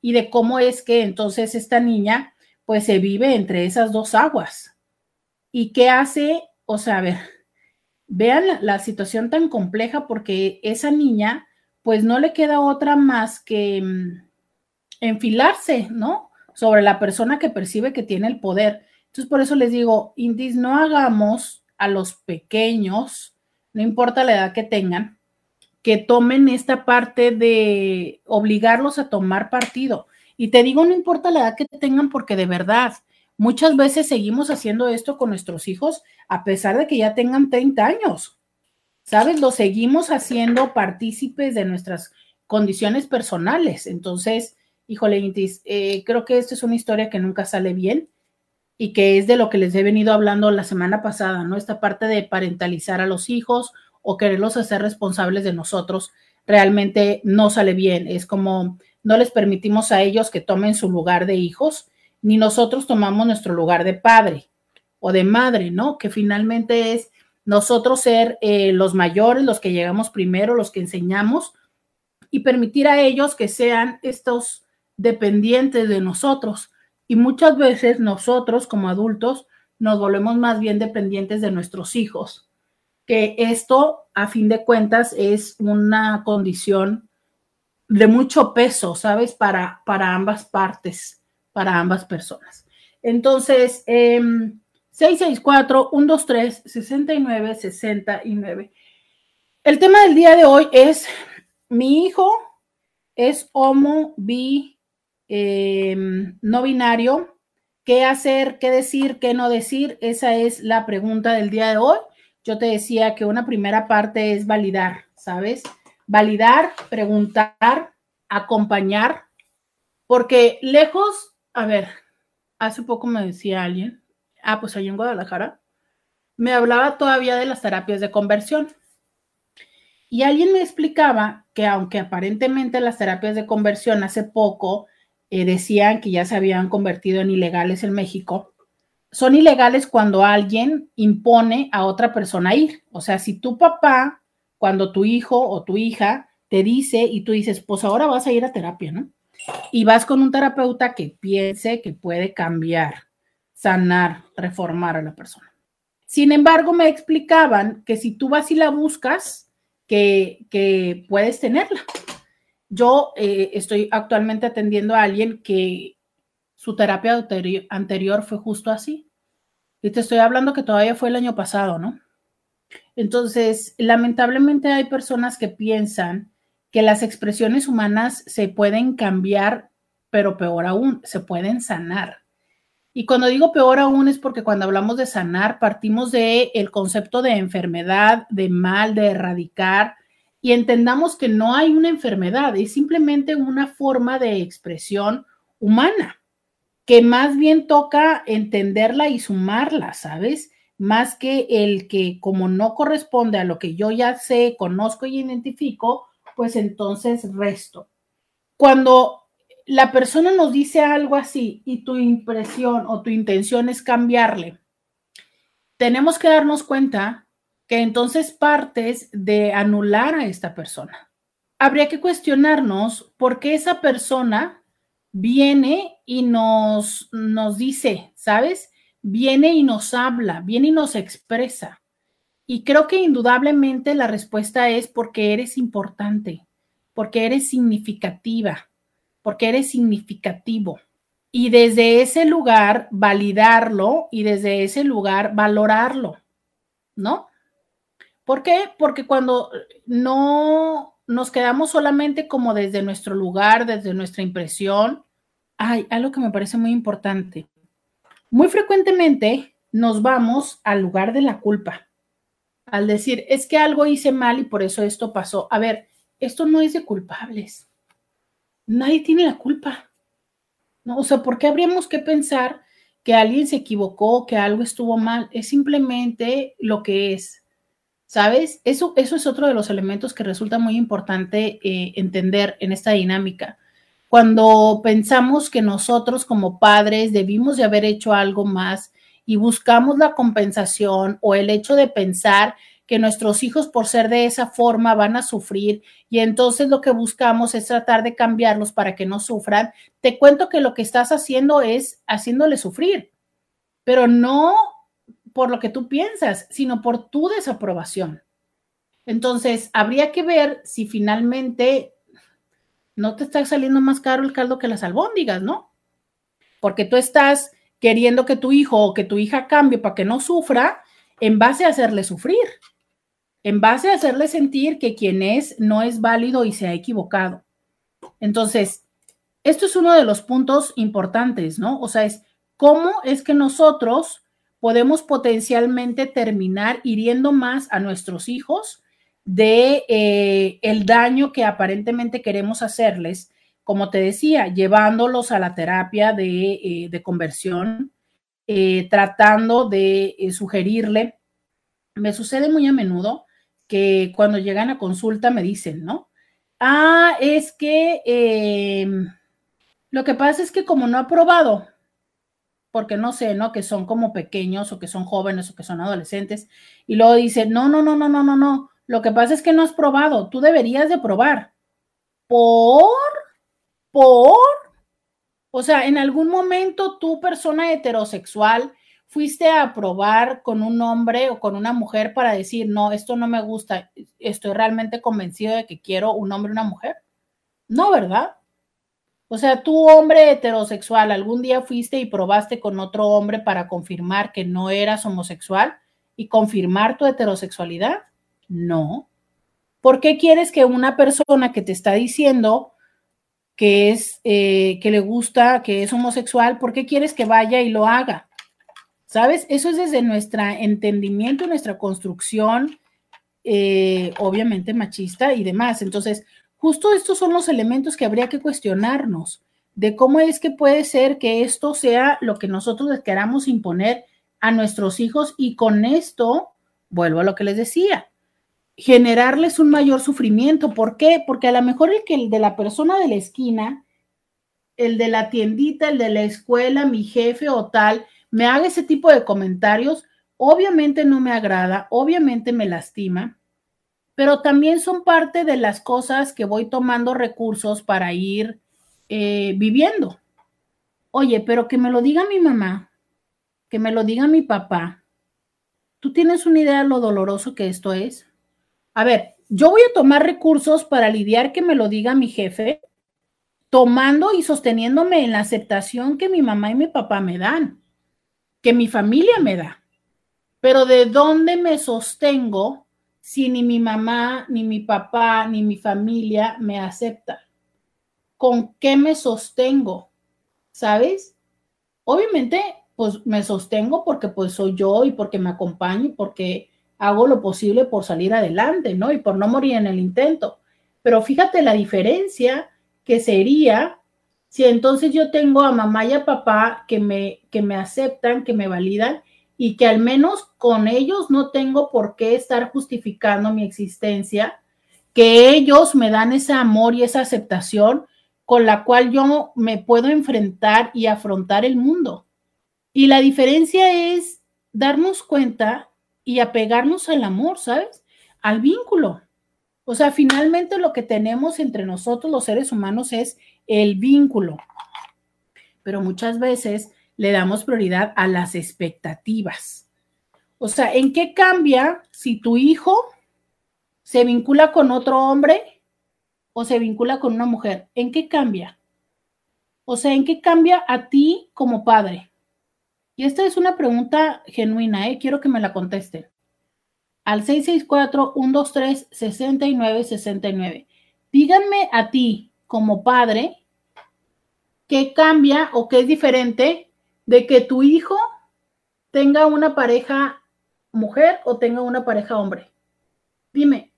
B: y de cómo es que entonces esta niña pues se vive entre esas dos aguas. ¿Y qué hace? O sea, a ver, vean la situación tan compleja, porque esa niña pues no le queda otra más que enfilarse, ¿no? Sobre la persona que percibe que tiene el poder. Entonces, por eso les digo, Indis, no hagamos a los pequeños, no importa la edad que tengan, que tomen esta parte de obligarlos a tomar partido. Y te digo, no importa la edad que tengan, porque de verdad, muchas veces seguimos haciendo esto con nuestros hijos a pesar de que ya tengan 30 años. ¿Sabes? Los seguimos haciendo partícipes de nuestras condiciones personales. Entonces, híjole, Intis, creo que esta es una historia que nunca sale bien y que es de lo que les he venido hablando la semana pasada, ¿no? Esta parte de parentalizar a los hijos o quererlos hacer responsables de nosotros realmente no sale bien. Es como no les permitimos a ellos que tomen su lugar de hijos, ni nosotros tomamos nuestro lugar de padre o de madre, ¿no? Que finalmente es nosotros ser los mayores, los que llegamos primero, los que enseñamos, y permitir a ellos que sean estos dependientes de nosotros. Y muchas veces nosotros como adultos nos volvemos más bien dependientes de nuestros hijos, que esto a fin de cuentas es una condición de mucho peso, ¿sabes? Para ambas partes, para ambas personas. Entonces, 664-123-6969. El tema del día de hoy es: mi hijo es homo, bi, no binario. ¿Qué hacer, qué decir, qué no decir? Esa es la pregunta del día de hoy. Yo te decía que una primera parte es validar, ¿sabes? Validar, preguntar, acompañar, porque lejos, a ver, hace poco me decía alguien, pues allá en Guadalajara, me hablaba todavía de las terapias de conversión. Y alguien me explicaba que aunque aparentemente las terapias de conversión hace poco decían que ya se habían convertido en ilegales en México, son ilegales cuando alguien impone a otra persona ir. O sea, si tu papá, cuando tu hijo o tu hija te dice y tú dices, pues ahora vas a ir a terapia, ¿no? Y vas con un terapeuta que piense que puede cambiar, sanar, reformar a la persona. Sin embargo, me explicaban que si tú vas y la buscas, que puedes tenerla. Yo estoy actualmente atendiendo a alguien que su terapia anterior fue justo así. Y te estoy hablando que todavía fue el año pasado, ¿no? Entonces, lamentablemente hay personas que piensan que las expresiones humanas se pueden cambiar, pero peor aún, se pueden sanar. Y cuando digo peor aún es porque cuando hablamos de sanar partimos del concepto de enfermedad, de mal, de erradicar, y entendamos que no hay una enfermedad, es simplemente una forma de expresión humana, que más bien toca entenderla y sumarla, ¿sabes? Más que el que como no corresponde a lo que yo ya sé, conozco y identifico, pues entonces resto. Cuando la persona nos dice algo así y tu impresión o tu intención es cambiarle, tenemos que darnos cuenta que entonces partes de anular a esta persona. Habría que cuestionarnos por qué esa persona viene y nos dice, ¿sabes? Viene y nos habla, viene y nos expresa. Y creo que indudablemente la respuesta es porque eres importante, porque eres significativa, porque eres significativo. Y desde ese lugar validarlo y desde ese lugar valorarlo, ¿no? ¿Por qué? Porque cuando no nos quedamos solamente como desde nuestro lugar, desde nuestra impresión, hay algo que me parece muy importante. Muy frecuentemente nos vamos al lugar de la culpa, al decir, es que algo hice mal y por eso esto pasó. A ver, esto no es de culpables. Nadie tiene la culpa, ¿no? O sea, ¿por qué habríamos que pensar que alguien se equivocó, que algo estuvo mal? Es simplemente lo que es, ¿sabes? Eso es otro de los elementos que resulta muy importante entender en esta dinámica. Cuando pensamos que nosotros como padres debimos de haber hecho algo más y buscamos la compensación o el hecho de pensar que nuestros hijos por ser de esa forma van a sufrir y entonces lo que buscamos es tratar de cambiarlos para que no sufran. Te cuento que lo que estás haciendo es haciéndole sufrir, pero no por lo que tú piensas, sino por tu desaprobación. Entonces, habría que ver si finalmente no te está saliendo más caro el caldo que las albóndigas, ¿no? Porque tú estás queriendo que tu hijo o que tu hija cambie para que no sufra en base a hacerle sufrir, en base a hacerle sentir que quien es no es válido y se ha equivocado. Entonces, esto es uno de los puntos importantes, ¿no? O sea, es cómo es que nosotros podemos potencialmente terminar hiriendo más a nuestros hijos de el daño que aparentemente queremos hacerles, como te decía, llevándolos a la terapia de conversión, tratando de sugerirle. Me sucede muy a menudo que cuando llegan a consulta me dicen, ¿no? Es que lo que pasa es que como no ha probado, porque no sé, ¿no? Que son como pequeños o que son jóvenes o que son adolescentes, y luego dicen, no, lo que pasa es que no has probado, tú deberías de probar. ¿Por? O sea, en algún momento tú, persona heterosexual, fuiste a probar con un hombre o con una mujer para decir, no, esto no me gusta, estoy realmente convencido de que quiero un hombre o una mujer. No, ¿verdad? O sea, tú, hombre heterosexual, ¿algún día fuiste y probaste con otro hombre para confirmar que no eras homosexual y confirmar tu heterosexualidad? No. ¿Por qué quieres que una persona que te está diciendo que es, que le gusta, que es homosexual, por qué quieres que vaya y lo haga? ¿Sabes? Eso es desde nuestro entendimiento, nuestra construcción, obviamente machista y demás. Entonces, justo estos son los elementos que habría que cuestionarnos, de cómo es que puede ser que esto sea lo que nosotros les queramos imponer a nuestros hijos y con esto, vuelvo a lo que les decía, generarles un mayor sufrimiento. ¿Por qué? Porque a lo mejor el de la persona de la esquina, el de la tiendita, el de la escuela, mi jefe o tal, me haga ese tipo de comentarios, obviamente no me agrada, obviamente me lastima, pero también son parte de las cosas que voy tomando recursos para ir viviendo. Oye, pero que me lo diga mi mamá, que me lo diga mi papá. ¿Tú tienes una idea de lo doloroso que esto es? A ver, yo voy a tomar recursos para lidiar que me lo diga mi jefe, tomando y sosteniéndome en la aceptación que mi mamá y mi papá me dan, que mi familia me da. Pero ¿de dónde me sostengo si ni mi mamá, ni mi papá, ni mi familia me acepta? ¿Con qué me sostengo? ¿Sabes? Obviamente, pues me sostengo porque pues soy yo y porque me acompaño y porque hago lo posible por salir adelante, ¿no? Y por no morir en el intento. Pero fíjate la diferencia que sería si entonces yo tengo a mamá y a papá que me aceptan, que me validan y que al menos con ellos no tengo por qué estar justificando mi existencia, que ellos me dan ese amor y esa aceptación con la cual yo me puedo enfrentar y afrontar el mundo. Y la diferencia es darnos cuenta y apegarnos al amor, ¿sabes? Al vínculo. O sea, finalmente lo que tenemos entre nosotros los seres humanos es el vínculo. Pero muchas veces le damos prioridad a las expectativas. O sea, ¿en qué cambia si tu hijo se vincula con otro hombre o se vincula con una mujer? ¿En qué cambia? O sea, ¿en qué cambia a ti como padre? Y esta es una pregunta genuina, quiero que me la contesten. Al 664-123-6969. Díganme a ti como padre qué cambia o qué es diferente de que tu hijo tenga una pareja mujer o tenga una pareja hombre. Dime,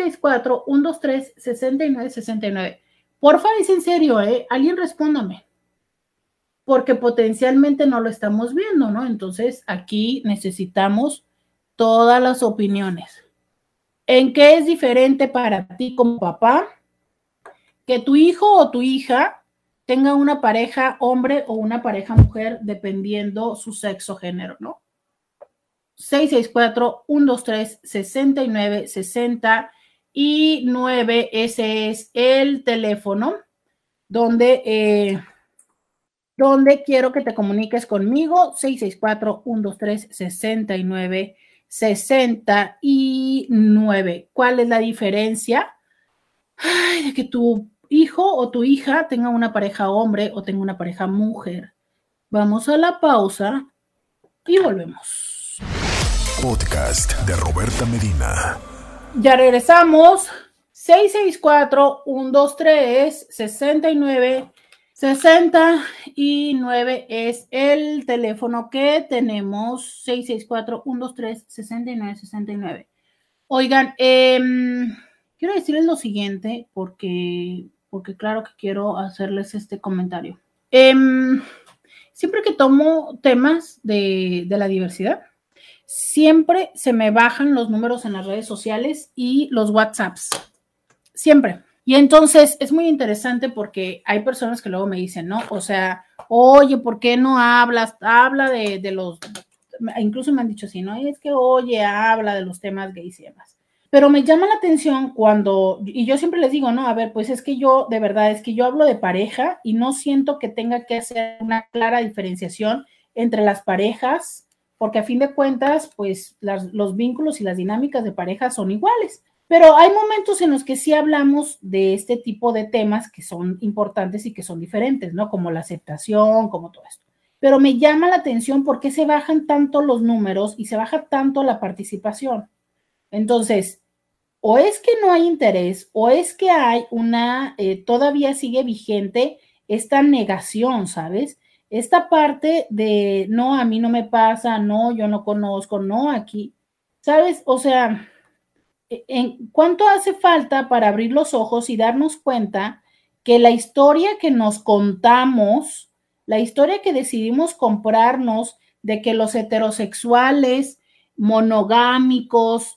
B: 664-123-6969. Porfa, es en serio, alguien respóndame. Porque potencialmente no lo estamos viendo, ¿no? Entonces, aquí necesitamos todas las opiniones. ¿En qué es diferente para ti como papá que tu hijo o tu hija tenga una pareja hombre o una pareja mujer dependiendo su sexo género, ¿no? 664-123-6969. Ese es el teléfono donde quiero que te comuniques conmigo. 664-123-6969. ¿Cuál es la diferencia? De que tu hijo o tu hija tenga una pareja hombre o tenga una pareja mujer. Vamos a la pausa y volvemos.
A: Podcast de Roberta Medina.
B: Ya regresamos. 664-123-6969 es el teléfono que tenemos. 664-123-6969. Oigan, quiero decirles lo siguiente porque claro que quiero hacerles este comentario. Siempre que tomo temas de la diversidad, siempre se me bajan los números en las redes sociales y los WhatsApps. Siempre. Y entonces es muy interesante porque hay personas que luego me dicen, ¿no? O sea, oye, ¿por qué no hablas? Habla de los... Incluso me han dicho así, ¿no? Es que, oye, habla de los temas gays y demás. Pero me llama la atención cuando, y yo siempre les digo, no, a ver, pues es que yo, de verdad, es que yo hablo de pareja y no siento que tenga que hacer una clara diferenciación entre las parejas, porque a fin de cuentas, pues los vínculos y las dinámicas de pareja son iguales. Pero hay momentos en los que sí hablamos de este tipo de temas que son importantes y que son diferentes, ¿no? Como la aceptación, como todo esto. Pero me llama la atención por qué se bajan tanto los números y se baja tanto la participación. Entonces, o es que no hay interés, o es que hay todavía sigue vigente esta negación, ¿sabes? Esta parte de, no, a mí no me pasa, no, yo no conozco, no, aquí, ¿sabes? O sea, ¿cuánto hace falta para abrir los ojos y darnos cuenta que la historia que nos contamos, la historia que decidimos comprarnos de que los heterosexuales monogámicos,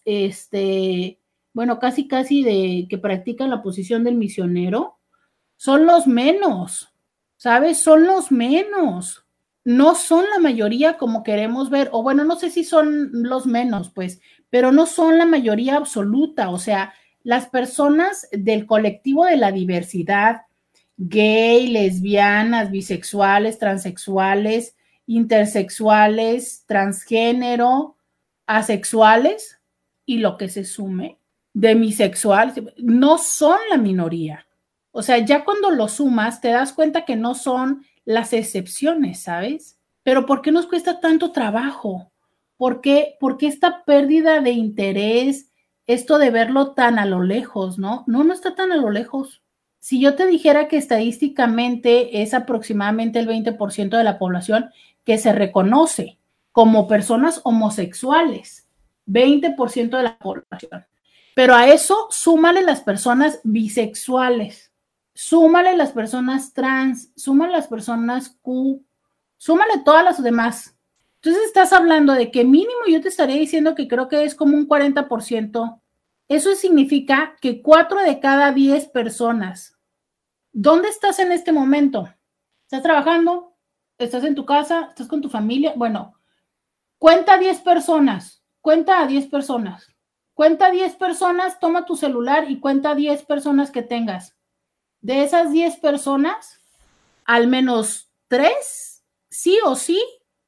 B: bueno, casi de que practican la posición del misionero, son los menos, ¿sabes? Son los menos. No son la mayoría como queremos ver, o bueno, no sé si son los menos, pues, pero no son la mayoría absoluta. O sea, las personas del colectivo de la diversidad, gay, lesbianas, bisexuales, transexuales, intersexuales, transgénero, asexuales y lo que se sume, demisexuales, no son la minoría. O sea, ya cuando lo sumas te das cuenta que no son las excepciones, ¿sabes? Pero ¿por qué nos cuesta tanto trabajo? ¿Por qué esta pérdida de interés, esto de verlo tan a lo lejos, ¿no? No está tan a lo lejos. Si yo te dijera que estadísticamente es aproximadamente el 20% de la población que se reconoce como personas homosexuales, 20% de la población. Pero a eso súmale las personas bisexuales, súmale las personas trans, súmale las personas Q, súmale todas las demás. Entonces estás hablando de que mínimo yo te estaría diciendo que creo que es como un 40%. Eso significa que 4 de cada 10 personas. ¿Dónde estás en este momento? ¿Estás trabajando? ¿Estás en tu casa? ¿Estás con tu familia? Bueno, cuenta a 10 personas. Cuenta a 10 personas. Cuenta a 10 personas, toma tu celular y cuenta a 10 personas que tengas. De esas 10 personas, al menos 3, sí o sí,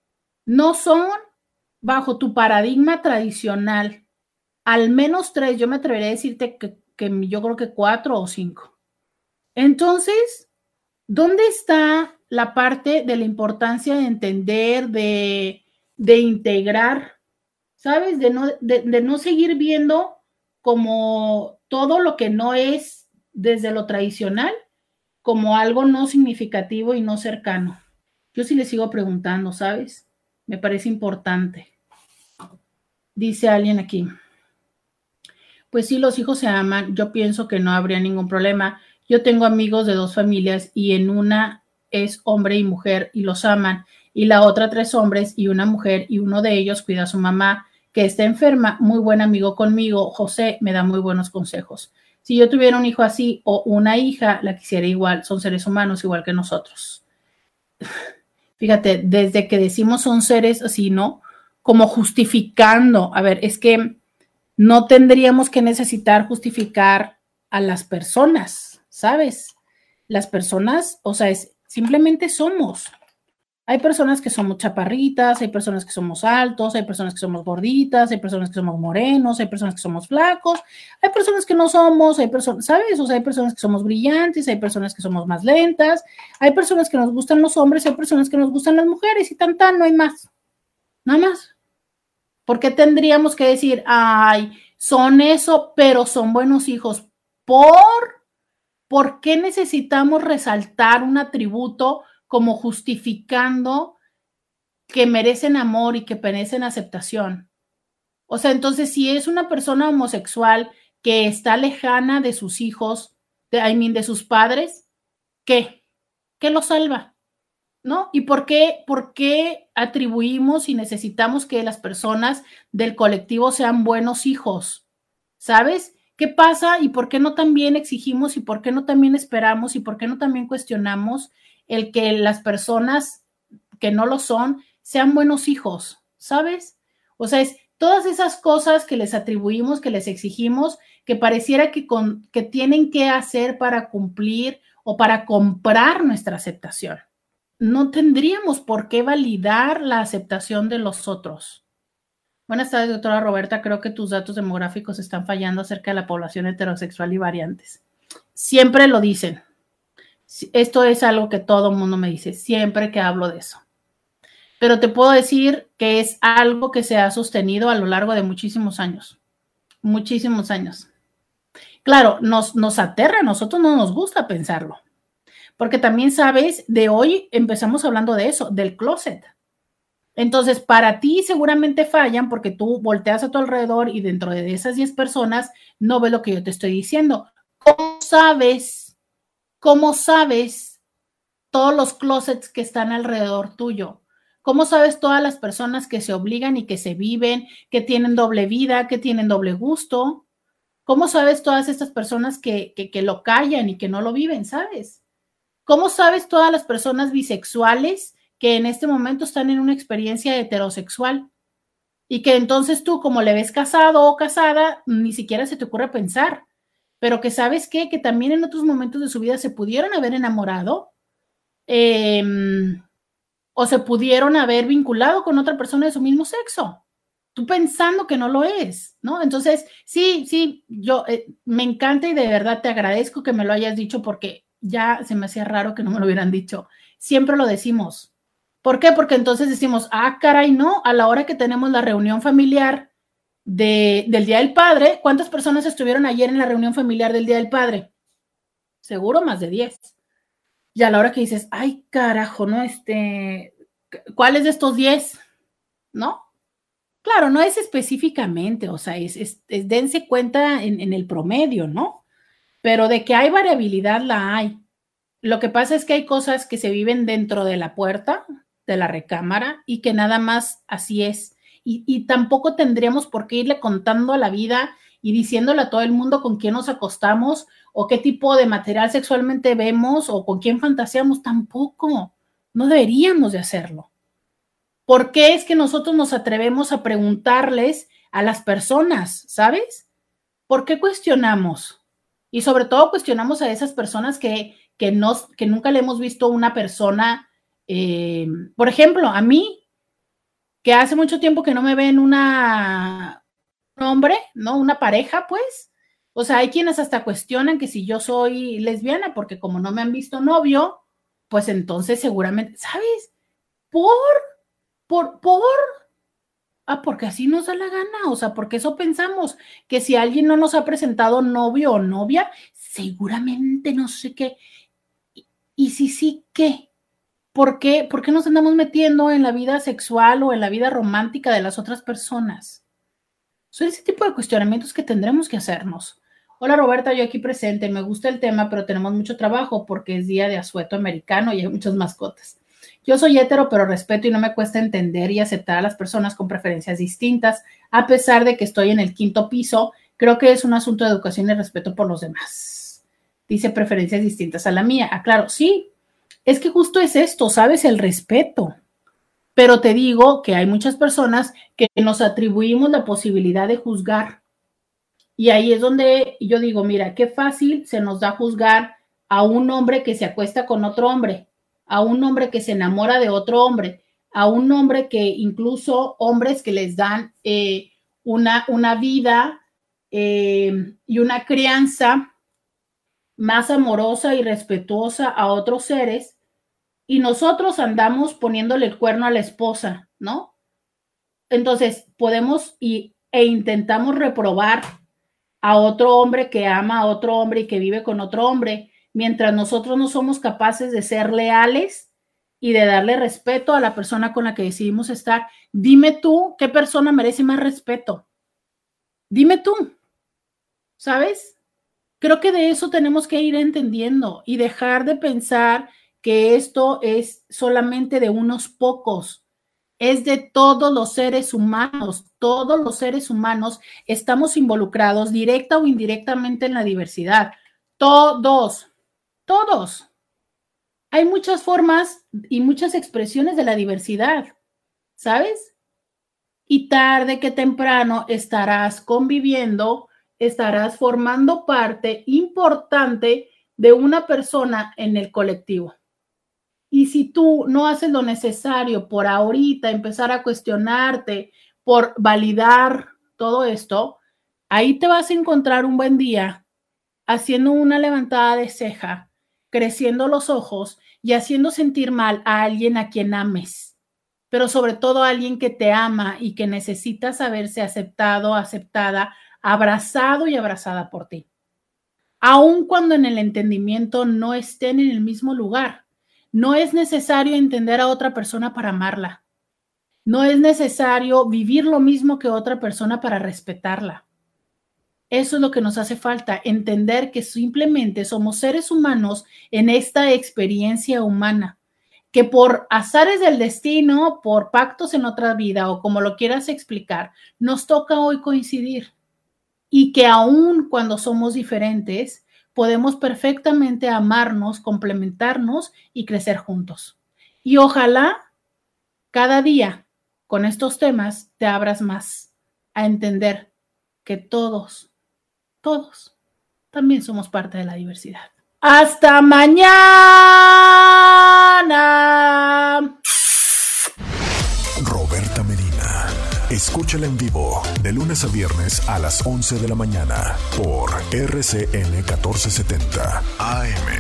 B: no son bajo tu paradigma tradicional. Al menos 3, yo me atrevería a decirte que yo creo que 4 o 5. Entonces, ¿dónde está la parte de la importancia de entender, de integrar, ¿sabes? De no seguir viendo como todo lo que no es desde lo tradicional como algo no significativo y no cercano. Yo sí le sigo preguntando, ¿sabes? Me parece importante. Dice alguien aquí. Pues sí, los hijos se aman. Yo pienso que no habría ningún problema. Yo tengo amigos de 2 familias y en una es hombre y mujer y los aman. Y la otra 3 hombres y una mujer y uno de ellos cuida a su mamá que está enferma. Muy buen amigo conmigo. José me da muy buenos consejos. Si yo tuviera un hijo así o una hija, la quisiera igual. Son seres humanos igual que nosotros. Fíjate, desde que decimos son seres así, ¿no? como justificando. A ver, es que no tendríamos que necesitar justificar a las personas, ¿sabes? Las personas, o sea, simplemente somos. Hay personas que somos chaparritas, hay personas que somos altos, hay personas que somos gorditas, hay personas que somos morenos, hay personas que somos flacos, hay personas que no somos, hay personas, ¿sabes? O sea, hay personas que somos brillantes, hay personas que somos más lentas, hay personas que nos gustan los hombres, hay personas que nos gustan las mujeres y tan, no hay más. Nada más. ¿Por qué tendríamos que decir, ay, son eso, pero son buenos hijos? ¿Por qué necesitamos resaltar un atributo como justificando que merecen amor y que merecen aceptación? O sea, entonces, si es una persona homosexual que está lejana de sus hijos, de sus padres, ¿qué? ¿Qué lo salva? ¿No? ¿Y por qué atribuimos y necesitamos que las personas del colectivo sean buenos hijos? ¿Sabes? ¿Qué pasa y por qué no también exigimos y por qué no también esperamos y por qué no también cuestionamos el que las personas que no lo son sean buenos hijos? ¿Sabes? O sea, es todas esas cosas que les atribuimos, que les exigimos, que pareciera que tienen que hacer para cumplir o para comprar nuestra aceptación. No tendríamos por qué validar la aceptación de los otros. Buenas tardes, doctora Roberta. Creo que tus datos demográficos están fallando acerca de la población heterosexual y variantes. Siempre lo dicen. Esto es algo que todo el mundo me dice, siempre que hablo de eso. Pero te puedo decir que es algo que se ha sostenido a lo largo de muchísimos años. Muchísimos años. Claro, nos aterra, a nosotros no nos gusta pensarlo. Porque también sabes, de hoy empezamos hablando de eso, del closet. Entonces, para ti seguramente fallan porque tú volteas a tu alrededor y dentro de esas 10 personas no ves lo que yo te estoy diciendo. ¿Cómo sabes todos los closets que están alrededor tuyo? ¿Cómo sabes todas las personas que se obligan y que se viven, que tienen doble vida, que tienen doble gusto? ¿Cómo sabes todas estas personas que lo callan y que no lo viven, sabes? ¿Cómo sabes todas las personas bisexuales que en este momento están en una experiencia heterosexual? Y que entonces tú, como le ves casado o casada, ni siquiera se te ocurre pensar. Pero que sabes qué, que también en otros momentos de su vida se pudieron haber enamorado o se pudieron haber vinculado con otra persona de su mismo sexo. Tú pensando que no lo es, ¿no? Entonces, sí, yo me encanta y de verdad te agradezco que me lo hayas dicho porque ya se me hacía raro que no me lo hubieran dicho. Siempre lo decimos. ¿Por qué? Porque entonces decimos, caray, no, a la hora que tenemos la reunión familiar del Día del Padre, ¿cuántas personas estuvieron ayer en la reunión familiar del Día del Padre? Seguro más de 10. Y a la hora que dices, ay, carajo, ¿no? ¿Cuáles de estos 10? ¿No? Claro, no es específicamente, o sea, dense cuenta en el promedio, ¿no? Pero de que hay variabilidad, la hay. Lo que pasa es que hay cosas que se viven dentro de la puerta, de la recámara, y que nada más así es. Y tampoco tendríamos por qué irle contando a la vida y diciéndole a todo el mundo con quién nos acostamos o qué tipo de material sexualmente vemos o con quién fantaseamos. Tampoco. No deberíamos de hacerlo. ¿Por qué es que nosotros nos atrevemos a preguntarles a las personas, ¿sabes? ¿Por qué cuestionamos? Y sobre todo cuestionamos a esas personas que nunca le hemos visto una persona, por ejemplo, a mí, que hace mucho tiempo que no me ven un hombre, ¿no? Una pareja, pues. O sea, hay quienes hasta cuestionan que si yo soy lesbiana, porque como no me han visto novio, pues entonces seguramente, ¿sabes? Porque así nos da la gana, o sea, porque eso pensamos, que si alguien no nos ha presentado novio o novia, seguramente no sé qué. Y si sí, ¿qué? ¿Por qué nos andamos metiendo en la vida sexual o en la vida romántica de las otras personas? Son ese tipo de cuestionamientos que tendremos que hacernos. Hola Roberta, yo aquí presente, me gusta el tema, pero tenemos mucho trabajo porque es día de asueto americano y hay muchas mascotas. Yo soy hetero, pero respeto y no me cuesta entender y aceptar a las personas con preferencias distintas, a pesar de que estoy en el 5º piso. Creo que es un asunto de educación y respeto por los demás. Dice preferencias distintas a la mía. Claro, sí, es que justo es esto, ¿sabes? El respeto. Pero te digo que hay muchas personas que nos atribuimos la posibilidad de juzgar. Y ahí es donde yo digo, mira, qué fácil se nos da juzgar a un hombre que se acuesta con otro hombre, a un hombre que se enamora de otro hombre, a un hombre que incluso hombres que les dan una vida y una crianza más amorosa y respetuosa a otros seres, y nosotros andamos poniéndole el cuerno a la esposa, ¿no? Entonces podemos e intentamos reprobar a otro hombre que ama a otro hombre y que vive con otro hombre, mientras nosotros no somos capaces de ser leales y de darle respeto a la persona con la que decidimos estar. Dime tú, ¿qué persona merece más respeto? Dime tú, ¿sabes? Creo que de eso tenemos que ir entendiendo y dejar de pensar que esto es solamente de unos pocos. Es de todos los seres humanos. Todos los seres humanos estamos involucrados directa o indirectamente en la diversidad. Todos. Hay muchas formas y muchas expresiones de la diversidad, ¿sabes? Y tarde que temprano estarás conviviendo, estarás formando parte importante de una persona en el colectivo. Y si tú no haces lo necesario por ahorita empezar a cuestionarte, por validar todo esto, ahí te vas a encontrar un buen día haciendo una levantada de ceja, creciendo los ojos y haciendo sentir mal a alguien a quien ames, pero sobre todo a alguien que te ama y que necesita saberse aceptado, aceptada, abrazado y abrazada por ti. Aun cuando en el entendimiento no estén en el mismo lugar. No es necesario entender a otra persona para amarla. No es necesario vivir lo mismo que otra persona para respetarla. Eso es lo que nos hace falta, entender que simplemente somos seres humanos en esta experiencia humana, que por azares del destino, por pactos en otra vida o como lo quieras explicar, nos toca hoy coincidir. Y que aun cuando somos diferentes, podemos perfectamente amarnos, complementarnos y crecer juntos. Y ojalá cada día con estos temas te abras más a entender que todos también somos parte de la diversidad. ¡Hasta mañana!
A: Roberta Medina. Escúchala en vivo de lunes a viernes a las 11 de la mañana por RCN 1470 AM.